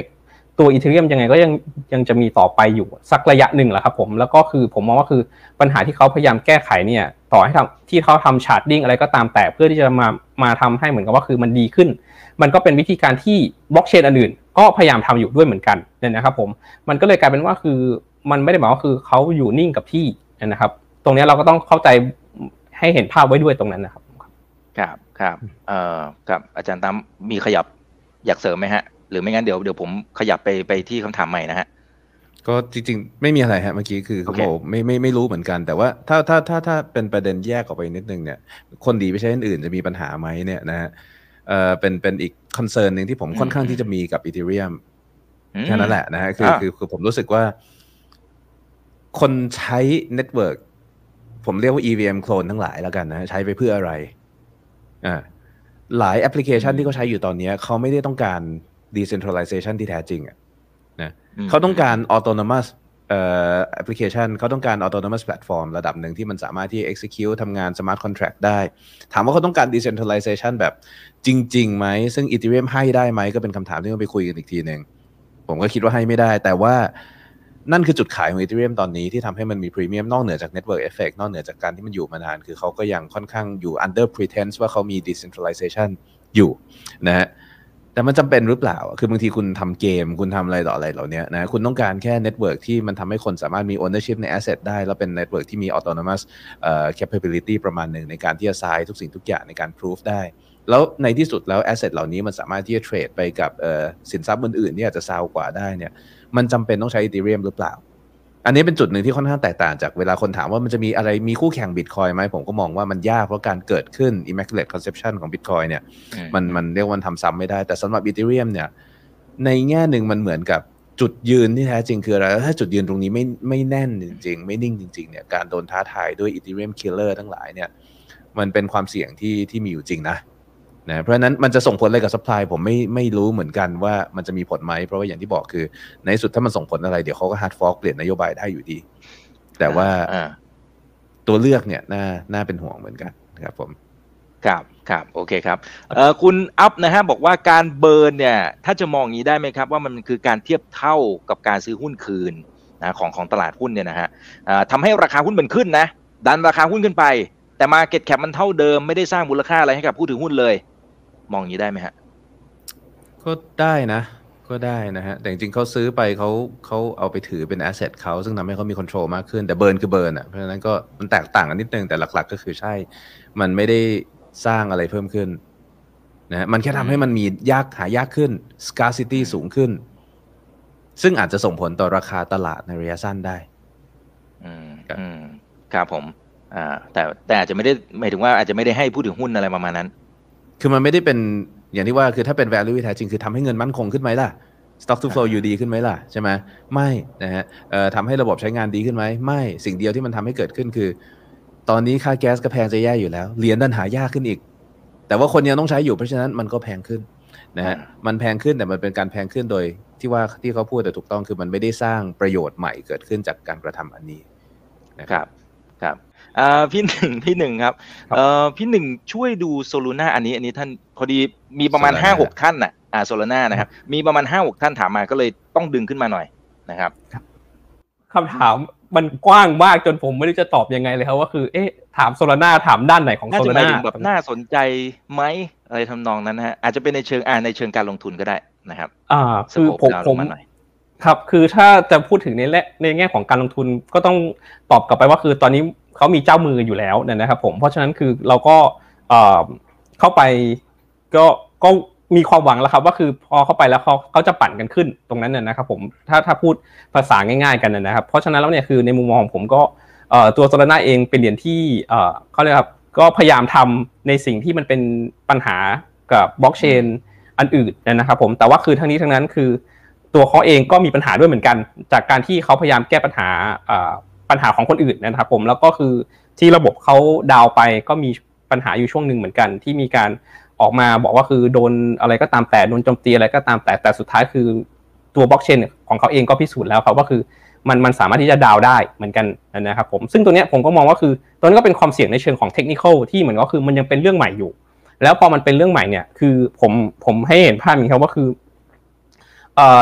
Speaker 4: ตัวอีเธเรียมยังไงก็ยังจะมีต่อไปอยู่สักระยะหนึ่งแหละครับผมแล้วก็คือผมมองว่าคือปัญหาที่เขาพยายามแก้ไขเนี่ยต่อให้ที่เขาทำชาร์ตดิ้งอะไรก็ตามแต่เพื่อที่จะมาทำให้เหมือนกับว่าคือมันดีขึ้นมันก็เป็นวิธีการที่บล็อกเชนอันอื่นก็พยายามทำอยู่ด้วยเหมือนกันเนี่ยนะครับผมมันก็เลยกลายเป็นว่าคือมันไม่ได้หมายว่าคือเขาอยู่นิ่งกับที่นะครับตรงนี้เราก็ต้องเข้าใจให้เห็นภาพไว้ด้วยตรงนั้นนะครับ
Speaker 2: ครับอาจารย์ตั้มมีขยับอยากเสริมไหมฮะหรือไม่งั้นเดี๋ยวผมขยับไปที่คำถามใหม่นะฮะ
Speaker 3: ก็จริงๆไม่มีอะไรฮะเมื่อกี้คือเขาบอกไม่รู้เหมือนกันแต่ว่าถ้าเป็นประเด็นแยกออกไปนิดนึงเนี่ยคนดีไปใช้อื่นจะมีปัญหาไหมเนี่ยนะฮะเป็นอีกคอนเซิร์นนึงที่ผมค่อนข้างที่จะมีกับ Ethereum แค่นั้นแหละนะฮะคือผมรู้สึกว่าคนใช้เน็ตเวิร์กผมเรียกว่า EVM โคลนทั้งหลายแล้วกันนะใช้ไปเพื่ออะไรหลายแอปพลิเคชันที่เขาใช้อยู่ตอนนี้เขาไม่ได้ต้องการ decentralization ที่แท้จริงนะเขาต้องการ autonomous application เขาต้องการ autonomous platform ระดับหนึ่งที่มันสามารถที่ execute ทำงาน smart contract ได้ถามว่าเขาต้องการ decentralization แบบจริงๆไหมซึ่ง Ethereum ให้ได้ไหมก็เป็นคำถามที่ต้องไปคุยกันอีกทีนึงผมก็คิดว่าให้ไม่ได้แต่ว่านั่นคือจุดขายของ Ethereum ตอนนี้ที่ทำให้มันมีพรีเมียมนอกเหนือจาก Network Effect นอกเหนือจากการที่มันอยู่มานานคือเขาก็ยังค่อนข้างอยู่ under pretense ว่าเขามี decentralization อยู่นะฮะแต่มันจำเป็นหรือเปล่าคือบางทีคุณทำเกมคุณทำอะไรต่ออะไรเหล่านี้นะคุณต้องการแค่ Network ที่มันทำให้คนสามารถมี ownership ใน asset ได้แล้วเป็น Network ที่มี autonomous capability ประมาณหนึ่งในการที่จะ sign ทุกสิ่งทุกอย่างในการ prove ได้แล้วในที่สุดแล้ว asset เหล่านี้มันสามารถที่จะเทรดไปกับสินทรัพย์อื่นๆที่อาจจะซาวกว่าได้เนี่ยมันจำเป็นต้องใช้ Ethereum หรือเปล่าอันนี้เป็นจุดหนึ่งที่ค่อนข้างแตกต่างจากเวลาคนถามว่ามันจะมีอะไรมีคู่แข่ง Bitcoin ไหมผมก็มองว่ามันยากเพราะการเกิดขึ้น Immaculate Conception ของ Bitcoin เนี่ยมันเรียกว่าทำซ้ำไม่ได้แต่สำหรับ Ethereum เนี่ยในแง่หนึ่งมันเหมือนกับจุดยืนที่แท้จริงคืออะไรถ้าจุดยืนตรงนี้ไม่แน่นจริงๆไม่นิ่งจริงๆเนี่ยการโดนท้าทายด้วย Ethereum Killer ทั้งหลายเนี่ยมันเป็นความเสี่ยงที่มีอยู่จริงนะเพราะฉะนั้นมันจะส่งผลอะไรกับ supply ผมไม่รู้เหมือนกันว่ามันจะมีผลไหมเพราะว่าอย่างที่บอกคือในสุดถ้ามันส่งผลอะไรเดี๋ยวเขาก็ hard fork เปลี่ยนนโยบายได้อยู่ดีแต่ว่าตัวเลือกเนี่ยน่าเป็นห่วงเหมือนกันครับผม
Speaker 2: ครับโอเคครับคุณอัพนะฮะบอกว่าการเบิร์นเนี่ยถ้าจะมองอย่างนี้ได้ไหมครับว่ามันคือการเทียบเท่ากับการซื้อหุ้นคืนนะของตลาดหุ้นเนี่ยนะฮะทำให้ราคาหุ้นมันขึ้นนะดันราคาหุ้นขึ้นไปแต่ market cap มันเท่าเดิมไม่ได้สร้างมูลค่าอะไรให้กับผู้ถือหุ้นเลยมองอย่างนี้ได้ไหมฮะ
Speaker 3: ก็ได้นะฮะแต่จริงๆเขาซื้อไปเขาเอาไปถือเป็น asset เขาซึ่งทำให้เขามี control มากขึ้นแต่เบิร์นคือเบิร์นเพราะฉะนั้นก็มันแตกต่างกันนิดนึงแต่หลักๆก็คือใช่มันไม่ได้สร้างอะไรเพิ่มขึ้นนะมันแค่ทำให้มันมีหายากขึ้น scarcity สูงขึ้นซึ่งอาจจะส่งผลต่อราคาตลาดในระยะสั้นได้
Speaker 2: ครับผมแต่อาจจะไม่ได้หมายถึงว่าอาจจะไม่ได้ให้ผู้ถือหุ้นอะไรประมาณนั้น
Speaker 3: คือมันไม่ได้เป็นอย่างที่ว่าคือถ้าเป็น value แท้จริงคือทำให้เงินมั่นคงขึ้นไหมล่ะ stock to flow อยู่ดีขึ้นไหมล่ะใช่ไหมไม่นะฮะทำให้ระบบใช้งานดีขึ้นไหมไม่สิ่งเดียวที่มันทำให้เกิดขึ้นคือตอนนี้ค่าแก๊สก็แพงจะแย่อยู่แล้วเหรียญดันหายากขึ้นอีกแต่ว่าคนยังต้องใช้อยู่เพราะฉะนั้นมันก็แพงขึ้นนะฮะมันแพงขึ้นแต่มันเป็นการแพงขึ้นโดยที่เขาพูดแต่ถูกต้องคือมันไม่ได้สร้างประโยชน์ใหม่เกิดขึ้นจากการกระทำอันนี้
Speaker 2: นะครับพี่หนึ่งครับพี่หนึ่งช่วยดูโซลูน่าอันนี้ท่านพอดีมีประมาณ 5-6 ท่านน่ะโซลูน่านะครับมีประมาณ 5-6 ท่านถามมาก็เลยต้องดึงขึ้นมาหน่อยนะครับ
Speaker 4: คำถามมันกว้างมากจนผมไม่รู้จะตอบยังไงเลยครับว่าคือถามโซลูน่าถามด้านไหนของโซลูน่า
Speaker 2: แบบน่าสนใจไหมอะไรทำนองนั้นนะฮะอาจจะเป็นในเชิงการลงทุนก็ได้นะครับ
Speaker 4: คือผมครับคือถ้าจะพูดถึงในแง่ของการลงทุนก็ต้องตอบกลับไปว่าคือตอนนี้เขามีเจ้ามืออยู่แล้วนะครับผมเพราะฉะนั้นคือเราก็เข้าไปก็มีความหวังแล้วครับว่าคือพอเข้าไปแล้วเขาจะปั่นกันขึ้นตรงนั้นนะครับผมถ้าพูดภาษาง่ายๆกันนะครับเพราะฉะนั้นแล้วเนี่ยคือในมุมมองของผมก็ตัวโซลาร่าเองเป็นเหรียญที่เขาเรียกครับก็พยายามทำในสิ่งที่มันเป็นปัญหากับบล็อกเชนอันอื่นนะครับผมแต่ว่าคือทั้งนี้ทั้งนั้นคือตัวเขาเองก็มีปัญหาด้วยเหมือนกันจากการที่เขาพยายามแก้ปัญหาของคนอื่นนะครับผมแล้วก็คือที่ระบบเขาดาวไปก็มีปัญหาอยู่ช่วงนึงเหมือนกันที่มีการออกมาบอกว่าคือโดนอะไรก็ตามแต่โดนโจมตีอะไรก็ตามแต่สุดท้ายคือตัวบล็อกเชนของเขาเองก็พิสูจน์แล้วครับว่าคือมันสามารถที่จะดาวได้เหมือนกันนะครับผมซึ่งตัวเนี้ยผมก็มองว่าคือตัวนี้ก็เป็นความเสี่ยงในเชิงของเทคนิคอลที่เหมือนก็คือมันยังเป็นเรื่องใหม่อยู่แล้วพอมันเป็นเรื่องใหม่เนี่ยคือผมให้เห็นภาพอย่างนี้ครับว่าคือ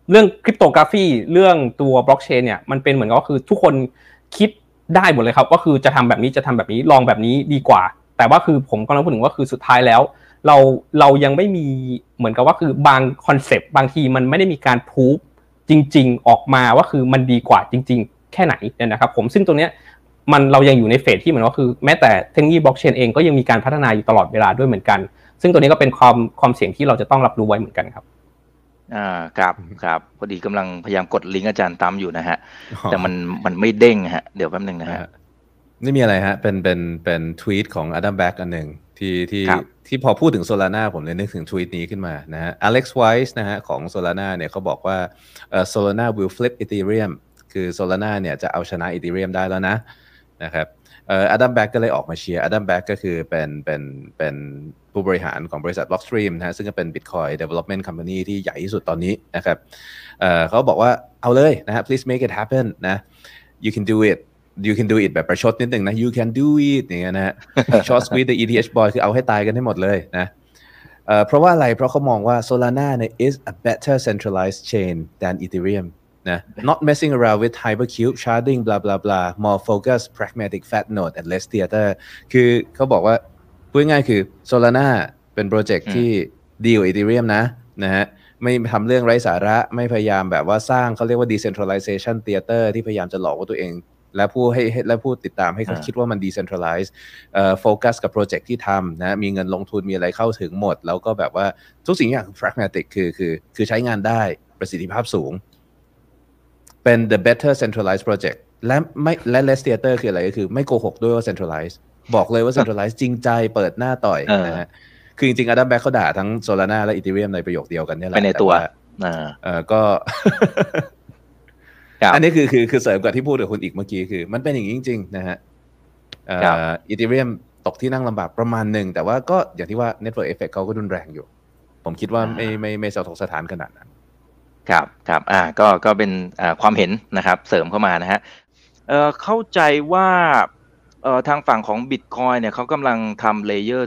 Speaker 4: เรื่องคริปโตกราฟีเรื่องตัวบล็อกเชนเนี่ยมันเป็นเหมือนก็คือทุกคนคิดได้หมดเลยครับก็คือจะทำแบบนี้ลองแบบนี้ดีกว่าแต่ว่าคือผมกำลังพูดถึงว่าคือสุดท้ายแล้วเรายังไม่มีเหมือนกับว่าคือบางคอนเซปต์บางทีมันไม่ได้มีการพูฟจริงๆออกมาว่าคือมันดีกว่าจริงๆแค่ไหนเนี่ยนะครับผมซึ่งตรงเนี้ยเรายังอยู่ในเฟสที่เหมือนว่าคือแม้แต่เทคโนโลยีบล็อกเชนเองก็ยังมีการพัฒนาอยู่ตลอดเวลาด้วยเหมือนกันซึ่งตัวนี้ก็เป็นความเสี่ยงที่เราจะต้องรับรู้ไว้เหมือนกันครับ
Speaker 2: ครับพอดีกำลังพยายามกดลิงก์อาจารย์ตั้มอยู่นะฮะแต่มันไม่เด้งฮะเดี๋ยวแป๊บนึงนะฮะ
Speaker 3: นี่มีอะไรฮะเป็นทวีตของ Adam Back อันหนึ่งที่พอพูดถึง Solana ผมเลยนึกถึงทวีตนี้ขึ้นมานะฮะ Alex Wise นะฮะของ Solana เนี่ยเขาบอกว่าSolana will flip Ethereum คือ Solana เนี่ยจะเอาชนะ Ethereum ได้แล้วนะครับAdam Back ก็เลยออกมาเชียร์ Adam Back ก็คือเป็นผู้บริหารของบริษัท Blockstream นะฮะซึ่งก็เป็น Bitcoin Development Company ที่ใหญ่ที่สุดตอนนี้นะครับเขาบอกว่าเอาเลยนะฮะ please make it happen นะ you can do it แบบประชดนิดนึงนะ you can do it อย่างเงี้ยนะฮะ short squeeze the ETH boy คือเอาให้ตายกันให้หมดเลยนะเพราะว่าอะไรเพราะเขามองว่า Solana เนี่ย is a better centralized chain than Ethereum นะ not messing around with hypercube sharding blah blah blah more focused pragmatic fat node and less theater คือเขาบอกว่าพูดง่ายๆคือ Solana เป็นโปรเจกต์ที่ดีกว่า Ethereum นะฮะไม่ทำเรื่องไร้สาระไม่พยายามแบบว่าสร้างเขาเรียกว่า decentralization theater ที่พยายามจะหลอกว่าตัวเองและผู้ติดตามให้เขาคิดว่ามัน decentralize โฟกัสกับโปรเจกต์ที่ทำนะมีเงินลงทุนมีอะไรเข้าถึงหมดแล้วก็แบบว่าทุกสิ่งอย่าง pragmatic คือใช้งานได้ประสิทธิภาพสูงเป็น the better centralized project และ less theater คืออะไรก็คือไม่โกหกด้วยว่า centralized บอกเลยว่า centralized จริงใจเปิดหน้าต่อยนะฮะคือจริงๆ Adam Back เขาด่าทั้ง Solana และ Ethereum ในประโยคเดียวกันนี่แหละ
Speaker 2: ไปในตัว
Speaker 3: ก็อันนี้คือเสริมกับที่พูดกับคุณอีกเมื่อกี้คือมันเป็นอย่างนี้จริงๆนะฮะEthereum ตกที่นั่งลำบากประมาณหนึ่งแต่ว่าก็อย่างที่ว่า Network Effect เขาก็รุนแรงอยู่ผมคิดว่าไม่สะทกสถานขนาดนั้น
Speaker 2: ครับก็เป็นความเห็นนะครับเสริมเข้ามานะฮะเข้าใจว่าทางฝั่งของ Bitcoin เนี่ยเขากำลังทำ Layer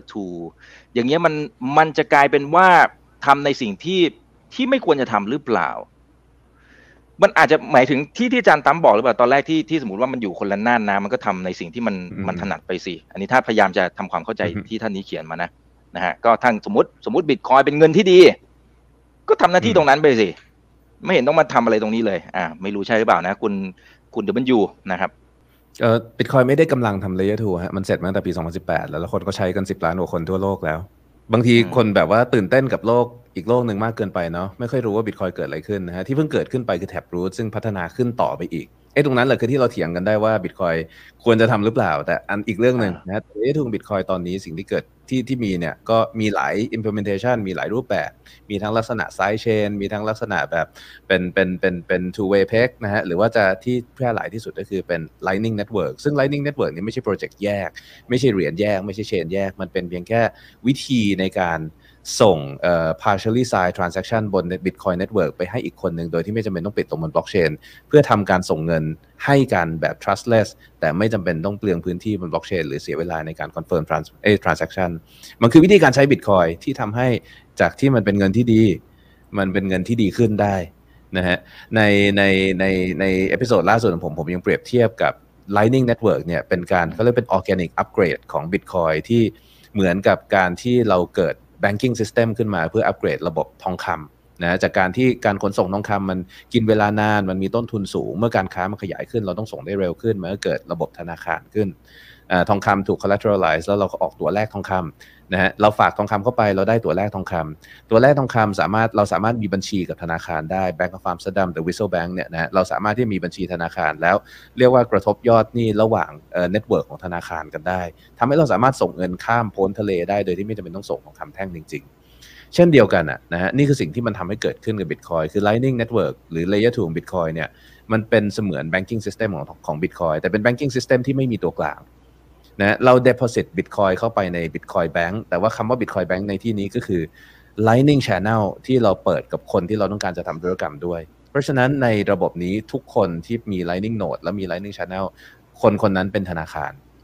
Speaker 2: 2อย่างเงี้ยมันจะกลายเป็นว่าทำในสิ่งที่ไม่ควรจะทำหรือเปล่ามันอาจจะหมายถึงที่อาจารย์ตั้มบอกหรือเปล่าตอนแรกที่สมมติว่ามันอยู่คนละน่านน้ำมันก็ทำในสิ่งที่มันถนัดไปสิอันนี้ถ้าพยายามจะทำความเข้าใจที่ท่านนี้เขียนมานะฮะก็ทั้งสมมติ Bitcoin เป็นเงินที่ดีก็ทำหน้าที่ตรงนั้นไปสิไม่เห็นต้องมาทำอะไรตรงนี้เลยไม่รู้ใช่หรือเปล่านะคุณเดบันยูนะครับ
Speaker 3: Bitcoin ไม่ได้กำลังทำ Layer 2 ฮะมันเสร็จมาตั้งแต่ปี 2018 แล้วคนก็ใช้กัน10 ล้านกว่าคนทั่วโลกแล้วบางทีคนแบบว่าตื่นเต้นกับโลกอีกโลกหนึ่งมากเกินไปเนาะไม่ค่อยรู้ว่า Bitcoin เกิดอะไรขึ้นนะฮะที่เพิ่งเกิดขึ้นไปคือ Taproot ซึ่งพัฒนาขึ้นต่อไปอีกตรงนั้นแหละคือที่เราเถียงกันได้ว่า Bitcoin ควรจะทำหรือเปล่าแต่อันอีกเรื่องนึงนะฮะทุน Bitcoin ตอนนี้สิ่งที่เกิดที่มีเนี่ยก็มีหลาย implementation มีหลายรูปแบบมีทั้งลักษณะ side chain มีทั้งลักษณะแบบเป็น two way peg นะฮะหรือว่าจะที่แพร่หลายที่สุดก็คือเป็น Lightning Network ซึ่ง Lightning Network นี่ไม่ใช่โปรเจกต์แยกไม่ใช่เหรียญแยกไม่ใช่เชนแยกมันเป็นเพียงแค่วิธีในการส่งpartially signed transaction บน Bitcoin Network ไปให้อีกคนหนึ่งโดยที่ไม่จำเป็นต้องปิดตรงบน blockchain เพื่อทำการส่งเงินให้กันแบบ trustless แต่ไม่จำเป็นต้องเปลืองพื้นที่บน blockchain หรือเสียเวลาในการ confirm transaction มันคือวิธีการใช้ Bitcoin ที่ทำให้จากที่มันเป็นเงินที่ดีมันเป็นเงินที่ดีขึ้นได้นะฮะในเอพิโซดล่าสุดของผมยังเปรียบเทียบกับ Lightning Network เนี่ยเป็นการเขาเรียกเป็น organic upgrade ของ Bitcoin ที่เหมือนกับการที่เราเกิดbanking system ขึ้นมาเพื่ออัปเกรดระบบทองคำนะจากการที่การขนส่งทองคำมันกินเวลานานมันมีต้นทุนสูงเมื่อการค้ามันขยายขึ้นเราต้องส่งได้เร็วขึ้นมันก็เกิดระบบธนาคารขึ้นทองคำถูก collateralize แล้วเราก็ออกตัวแรกทองคำนะฮะเราฝากทองคำเข้าไปเราได้ตัวแรกทองคำตัวแรกทองคำเราสามารถมีบัญชีกับธนาคารได้ Bank of Amsterdam The Whistle Bank เนี่ยนะเราสามารถที่มีบัญชีธนาคารแล้วเรียกว่ากระทบยอดหนี้ระหว่างเน็ตเวิร์กของธนาคารกันได้ทำให้เราสามารถส่งเงินข้ามพ้นทะเลได้โดยที่ไม่จำเป็นต้องส่งทองคำแท่งจริงๆเช่นเดียวกันนะฮะนี่คือสิ่งที่มันทำให้เกิดขึ้นกับ Bitcoin คือ Lightning Network หรือ Layer 2 ของ Bitcoin เนี่ยมันเป็นเสมือน banking system ของ Bitcoin แต่เป็น banking system ที่ไม่มีตัวกลางนะเรา deposit Bitcoin เข้าไปใน Bitcoin Bank แต่ว่าคำว่า Bitcoin Bank ในที่นี้ก็คือ Lightning Channel ที่เราเปิดกับคนที่เราต้องการจะทำธุรกรรมด้วยเพราะฉะนั้นในระบบนี้ทุกคนที่มี Lightning Node และมี Lightning Channel คนนั้นเป็นธนาคาร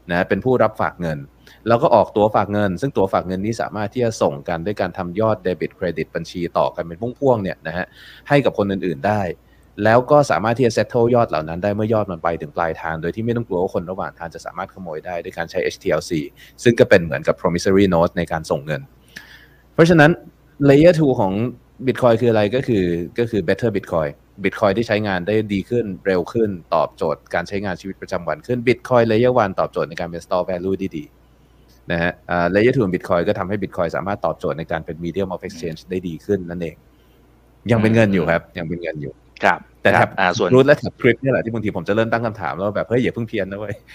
Speaker 3: นะเป็นผู้รับฝากเงินแล้วก็ออกตั๋วฝากเงินซึ่งตั๋วฝากเงินนี้สามารถที่จะส่งกันด้วยการทำยอดเดบิตเครดิตบัญชีต่อกันเป็นพ่วงๆเนี่ยนะฮะให้กับคนอื่นๆได้แล้วก็สามารถที่จะ settle ยอดเหล่านั้นได้เมื่อยอดมันไปถึงปลายทางโดยที่ไม่ต้องกลัวว่าคนระหว่างทางจะสามารถขโมยได้ด้วยการใช้ HTLC ซึ่งก็เป็นเหมือนกับ promissory note ในการส่งเงินเพราะฉะนั้น layer 2 ของ Bitcoin คืออะไรก็คือ better Bitcoin ที่ใช้งานได้ดีขึ้นเร็วขึ้นตอบโจทย์การใช้งานชีวิตประจำวันขึ้น Bitcoin Layer 1 ตอบโจทย์ในการเป็น store value ที่ดีนะฮะLayer 2 ของ Bitcoin ก็ทำให้ Bitcoin สามารถตอบโจทย์ในการเป็น medium of exchange ได้ดีขึ้นนั่นเองยังเป็นเงินอยู่ครับยังเป็นเงินอยู่
Speaker 2: ครับ
Speaker 3: แต่แท็บส่วนรูทและแท็บคริปนี่แหละที่บางทีผมจะเริ่มตั้งคำถามแล้วแบบเฮ้ยอย่าเพิ่งเพี้ยนนะเว้ย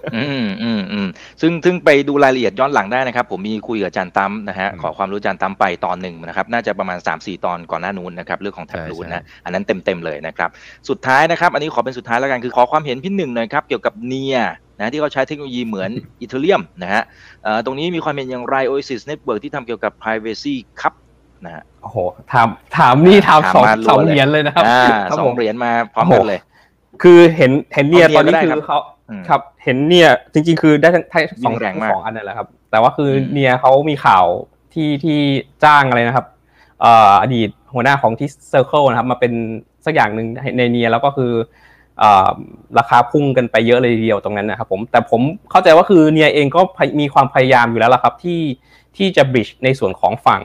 Speaker 2: ซึ่งไปดูรายละเอียดย้อนหลังได้นะครับผมมีคุยกับอาจารย์ตั้มนะฮะขอความรู้อาจารย์ตั้มไปตอนหนึ่งนะครับน่าจะประมาณ 3-4 ตอนก่อนหน้านู้นนะครับเรื่องของแท็บรูทนะอันนั้นเต็มเลยนะครับสุดท้ายนะครับอันนี้ขอเป็นสุดท้ายแล้วกันคือขอความเห็นพี่หนึ่งหน่อยครับเกี่ยวกับเนียนะที่เขาใช้เทคโนโลยีเหมือนอีเธอเรียมนะฮะตรงนี้มีความเห็นอย่างไร Oasis Network ที่ทำเกี่ยวกับ privacy ครับนะฮะ
Speaker 4: โอ้โหถามนี่ถามสองเหรียญเลยนะครับ
Speaker 2: 2 เหรียญมาพร้อมกันเลย
Speaker 4: คือเห็นเนียตอนนี้คือเขาครับเห็นเนียจริงๆคือได้ทั้ง2อันนั่นแหละครับแต่ว่าคือเนียเขามีข่าวที่จ้างอะไรนะครับอดีตหัวหน้าของที่ Circle นะครับมาเป็นสักอย่างนึงในเนียแล้วก็คือราคาพุ่งกันไปเยอะเลยทีเดียวตรงนั้นนะครับผมแต่ผมเข้าใจว่าคือเนียเองก็มีความพยายามอยู่แล้วล่ะครับที่จะ bridge ในส่วนของฝั่ง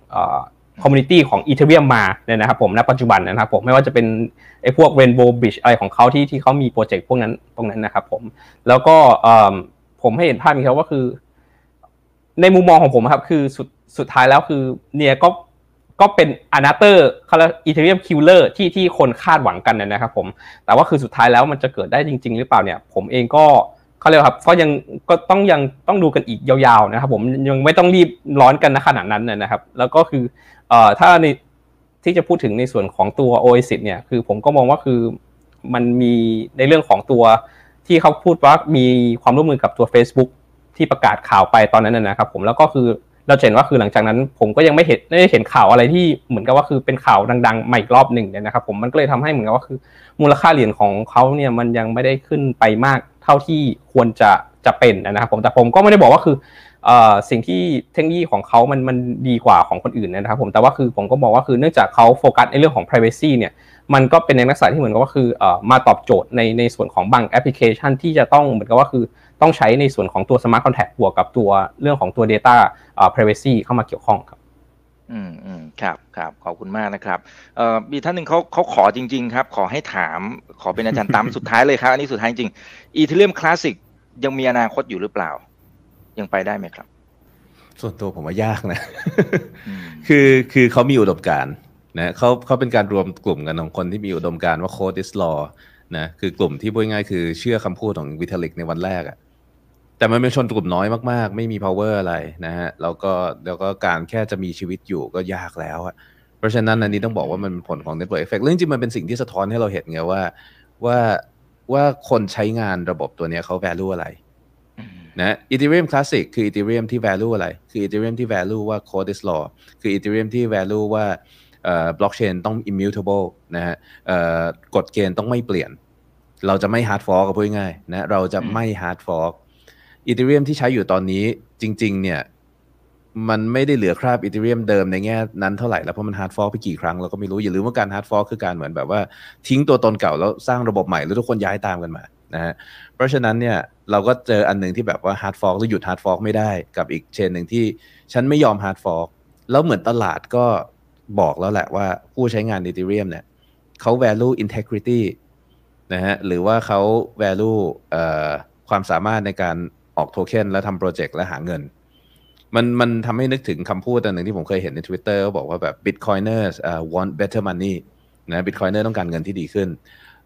Speaker 4: community ของ Ethereum มาเนี่ยนะครับผมณปัจจุบันนะครับผมไม่ว่าจะเป็นไอ้พวก Rainbow Bridge อะไรของเขาที่เขามีโปรเจกต์พวกนั้นตรงนั้นนะครับผมแล้วก็ผมให้เห็นภาพนี้ครับว่าคือในมุมมองของผมครับคือสุดท้ายแล้วคือเนี่ยก็เป็น another Ethereum killer ที่คนคาดหวังกันนะครับผมแต่ว่าคือสุดท้ายแล้วมันจะเกิดได้จริงๆหรือเปล่าเนี่ยผมเองก็เขาเรียกครับก็ยังต้องดูกันอีกยาวๆนะครับผมยังไม่ต้องรีบร้อนกันขนาดนั้นนะครับแล้วก็คือถ้าในที่จะพูดถึงในส่วนของตัว Oasis เนี่ยคือผมก็มองว่าคือมันมีในเรื่องของตัวที่เขาพูดว่ามีความร่วมมือกับตัว Facebook ที่ประกาศข่าวไปตอนนั้นนะครับผมแล้วก็คือเราเห็นว่าคือหลังจากนั้นผมก็ยังไม่ได้เห็นข่าวอะไรที่เหมือนกับว่าคือเป็นข่าวดังๆใหม่อีกรอบหนึ่งนะครับผมมันก็เลยทำให้เหมือนกับว่าคือมูลค่าเหรียญของเขาเนี่ยมันยังไม่ได้ขึ้นไปมากเท่าที่ควรจะเป็นนะครับผมแต่ผมก็ไม่ได้บอกว่าคือสิ่งที่เทคโนโลยีของเขามันดีกว่าของคนอื่นนะครับผมแต่ว่าคือผมก็บอกว่าคือเนื่องจากเขาโฟกัสในเรื่องของ privacy เนี่ยมันก็เป็นในลักษณะที่เหมือนกับว่าคือมาตอบโจทย์ในส่วนของบางแอปพลิเคชันที่จะต้องเหมือนกับว่าคือต้องใช้ในส่วนของตัว smart contract บวกกับตัวเรื่องของตัว data privacy เข้ามาเกี่ยวข้องครับ
Speaker 2: ครับขอบคุณมากนะครับมีท่านหนึ่งเขาขอจริงๆครับขอให้ถามขอเป็นอาจารย์ตั้มสุดท้ายเลยครับอันนี้สุดท้ายจริง Ethereum Classic ยังมีอนาคตอยู่หรือเปล่ายังไปได้ไหมครับ
Speaker 3: ส่วนตัวผมว่ายากนะคือเขามีอุดมการณ์นะเขาเป็นการรวมกลุ่มกันของคนที่มีอุดมการณ์ว่า Code is Law นะคือกลุ่มที่พูดง่ายคือเชื่อคำพูดของวิทาลิกในวันแรกอะแต่มันเป็นชนกลุ่มน้อยมากๆไม่มี power อะไรนะฮะแล้วก็การแค่จะมีชีวิตอยู่ก็ยากแล้วอะเพราะฉะนั้นอันนี้ต้องบอกว่ามันเป็นผลของ network effect เรื่องจริงมันเป็นสิ่งที่สะท้อนให้เราเห็นไงว่าคนใช้งานระบบตัวนี้เขา value อะไรนะ Ethereum Classic คือ Ethereum ที่ value อะไรคือ Ethereum ที่ value ว่า Code is Law คือ Ethereum ที่ value ว่าblockchain ต้อง immutable นะฮะกฎเกณฑ์ต้องไม่เปลี่ยนเราจะไม่ hard fork พูดง่ายๆนะเราจะไม่ hard fork Ethereum ที่ใช้อยู่ตอนนี้จริงๆเนี่ยมันไม่ได้เหลือคราบ Ethereum เดิมในแง่นั้นเท่าไหร่แล้วเพราะมัน hard fork ไปกี่ครั้งเราก็ไม่รู้อย่าลืมว่าการ hard fork คือการเหมือนแบบว่าทิ้งตัวตนเก่าแล้วสร้างระบบใหม่แล้วทุกคนย้ายตามกันมานะฮะเพราะฉะนั้นเนี่ยเราก็เจออันหนึ่งที่แบบว่า hard fork แล้วหยุด hard fork ไม่ได้กับอีกเชนหนึ่งที่ฉันไม่ยอม hard fork แล้วเหมือนตลาดก็บอกแล้วแหละว่าผู้ใช้งาน Ethereum เนี่ยเขา value integrity นะฮะหรือว่าเขา value ความสามารถในการออกโทเค็นแล้วทำโปรเจกต์และหาเงินมันทำให้นึกถึงคำพูดอันหนึ่งที่ผมเคยเห็นใน Twitter ก็บอกว่าแบบ Bitcoiners want better money นะ Bitcoiner ต้องการเงินที่ดีขึ้น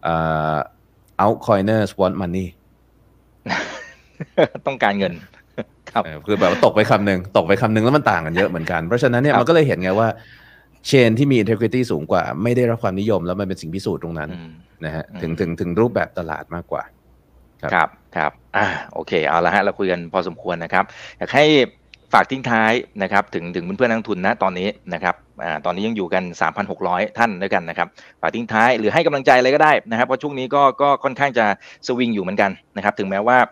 Speaker 3: Altcoiners want money
Speaker 2: ต้องการเงินครับ
Speaker 3: คือแบบตกไปคำหนึ่งแล้วมันต่างกันเยอะเหมือนกันเพราะฉะนั้นเนี่ยมันก็เลยเห็นไงว่าเชนที่มี integrity สูงกว่าไม่ได้รับความนิยมแล้วมันเป็นสิ่งพิสูจน์ตรงนั้นนะฮะถึงรูปแบบตลาดมากกว่า
Speaker 2: ครับโอเคเอาละฮะเราคุยกันพอสมควรนะครับอยากให้ฝากทิ้งท้ายนะครับถึงเพื่อนๆนักทุนนะตอนนี้นะครับตอนนี้ยังอยู่กัน 3,600 ท่านด้วยกันนะครับฝากทิ้งท้ายหรือให้กำลังใจอะไรก็ได้นะครับเพราะช่วงนี้ก็ค่อนข้างจะสวิงอยู่เหมือนกันนะครับถึงแม้ว่า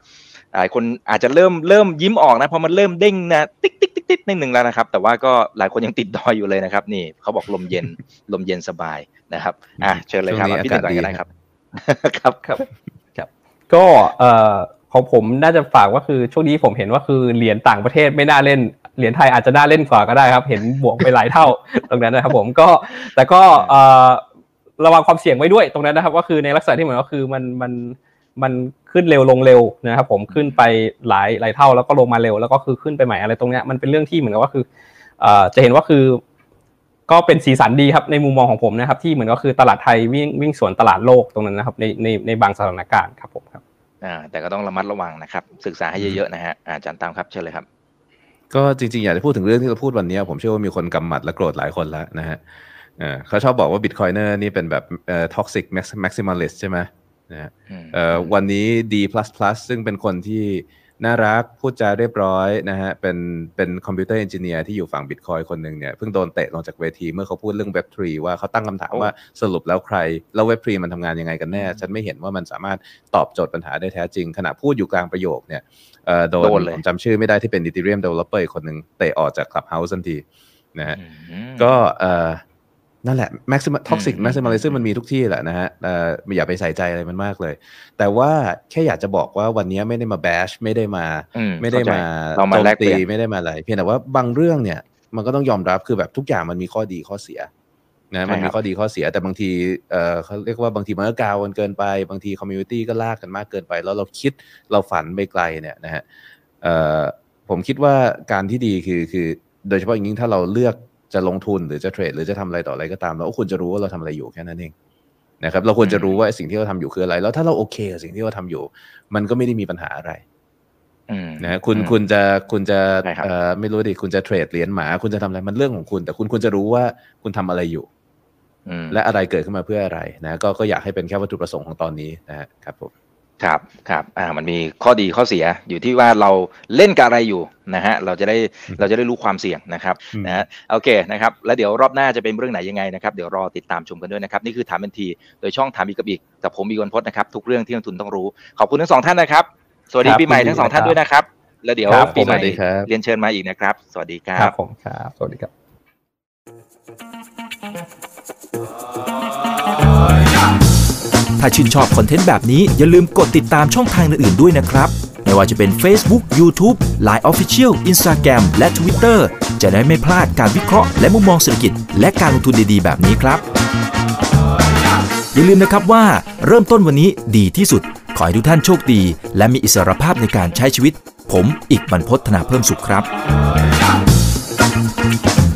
Speaker 2: หลายคนอาจจะเริ่มยิ้มออกนะพอมันเริ่มเด้งนะติ๊กติ๊กติ๊กติ๊กนิดนึงแล้วนะครับแต่ว่าก็หลายคนยังติดดอยอยู่เลยนะครับนี่เขาบอกลมเย็นสบายนะครับเชิญเลยครับพี่ติ่งก่อนก็ได้ครับครับ
Speaker 4: ก็ของผมน่าจะฝากว่าคือช่วงนี้ผมเห็นว่าคือเหรียญต่างประเทศไม่น่าเล่นเหรียญไทยอาจจะน่าเล่นกว่าก็ได้ครับเห็นบวกไปหลายเท่าตรงนั้นนะครับผมก็แต่ก็ระวังความเสี่ยงไว้ด้วยตรงนั้นนะครับก็คือในลักษณะที่เหมือนก็คือมันขึ้นเร็วลงเร็วนะครับผมขึ้นไปหลายเท่าแล้วก็ลงมาเร็วแล้วก็คือขึ้นไปใหม่อะไรตรงเนี้ยมันเป็นเรื่องที่เหมือนกับว่าคือจะเห็นว่าคือก็เป็นสีสันดีครับในมุมมองของผมนะครับที่เหมือนก็คือตลาดไทยวิ่งสวนตลาดโลกตรงนั้นนะครับในบางสถานการณ์ครับผมครับ
Speaker 2: แต่ก็ต้องระมัดระวังนะครับศึกษาให้เยอะๆนะฮะอาจารย์ตามครับเชิญเลยครับ
Speaker 3: ก็จริงๆอยากจะพูดถึงเรื่องที่เราพูดวันนี้ผมเชื่อว่ามีคนกำหมัดและโกรธหลายคนแล้วนะฮะเขาชอบบอกว่า Bitcoiner นี่เป็นแบบtoxic maximalist ใช่ไหมนะวันนี้ D++ ซึ่งเป็นคนที่น่ารักพูดจาเรียบร้อยนะฮะเป็นคอมพิวเตอร์เอนจิเนียร์ที่อยู่ฝั่ง Bitcoin คนหนึ่งเนี่ยเพิ่งโดนเตะลงจากเวทีเมื่อเขาพูดเรื่อง Web3 ว่าเขาตั้งคำถามว่าสรุปแล้วWeb3 มันทำงานยังไงกันแน่ฉันไม่เห็นว่ามันสามารถตอบโจทย์ปัญหาได้แท้จริงขณะพูดอยู่กลางประโยคเนี่ยโดนผมจำชื่อไม่ได้ที่เป็น Ethereum developer คนหนึ่งเตะออกจาก Clubhouse ทันทีนะฮะก็นั่นแหละ toxic maximalism มันมีทุกที่แหละนะฮะอย่าไปใส่ใจอะไรมันมากเลยแต่ว่าแค่อยากจะบอกว่าวันนี้ไม่ได้มาแบชไม่ได้มาโจมตีไม่ได้มาอะไรเพียงแต่ว่าบางเรื่องเนี่ยมันก็ต้องยอมรับคือแบบทุกอย่างมันมีข้อดีข้อเสียนะมันมีข้อดีข้อเสียแต่บางทีเขาเรียกว่าบางทีมันก็กาวกันเกินไปบางทีคอมมูนิตี้ก็ลากกันมากเกินไปแล้วเราคิดเราฝันไปไกลเนี่ยนะฮะผมคิดว่าการที่ดีคือโดยเฉพาะอย่างยิ่งถ้าเราเลือกจะลงทุนหรือจะเทรดหรือจะทำอะไรต่ออะไรก็ตามเราก็ควรจะรู้ว่าเราทำอะไรอยู่แค่นั้นเองนะครับเราควรจะรู้ว่าสิ่งที่เราทำอยู่คืออะไรแล้วถ้าเราโอเคกับสิ่งที่เราทำอยู่มันก็ไม่ได้มีปัญหาอะไรนะคุณจะไม่รู้ดิคุณจะเทรดเหรียญหมาคุณจะทำอะไรมันเรื่องของคุณแต่คุณควรจะรู้ว่าคุณทำอะไรอยู่และอะไรเกิดขึ้นมาเพื่ออะไรนะก็อยากให้เป็นแค่วัตถุประสงค์ของตอนนี้นะครับผม
Speaker 2: ครับมันมีข้อดีข้อเสียอยู่ที่ว่าเราเล่นกับอะไรอยู่นะฮะเราจะได้รู้ความเสี่ยงนะครับนะฮะโอเคนะครับแล้วเดี๋ยวรอบหน้าจะเป็นเรื่องไหนยังไงนะครับเดี๋ยวรอติดตามชมกันด้วยนะครับนี่คือถามเป็นทีโดยช่องถามอีกกับอีกกับผมอีกวันพจน์นะครับทุกเรื่องที่นักทุนต้องรู้ขอบคุณทั้งสองท่านนะครับสวัสดีปีใหม่ทั้งสองท่านด้วยนะครับแล้วเดี๋ยวปีใหม่เรียนเชิญมาอีกนะครับสวัสดีครับ
Speaker 4: ผมครับสวัสดีครับ
Speaker 1: ถ้าชื่นชอบคอนเทนต์แบบนี้อย่าลืมกดติดตามช่องทางอื่นๆด้วยนะครับไม่ว่าจะเป็น Facebook, YouTube, Line Official, Instagram และ Twitter จะได้ไม่พลาดการวิเคราะห์และมุมมองเศรษฐกิจและการลงทุนดีๆแบบนี้ครับอย่าลืมนะครับว่าเริ่มต้นวันนี้ดีที่สุดขอให้ทุกท่านโชคดีและมีอิสรภาพในการใช้ชีวิตผมอีกบรรพต ธนาเพิ่มสุขครับ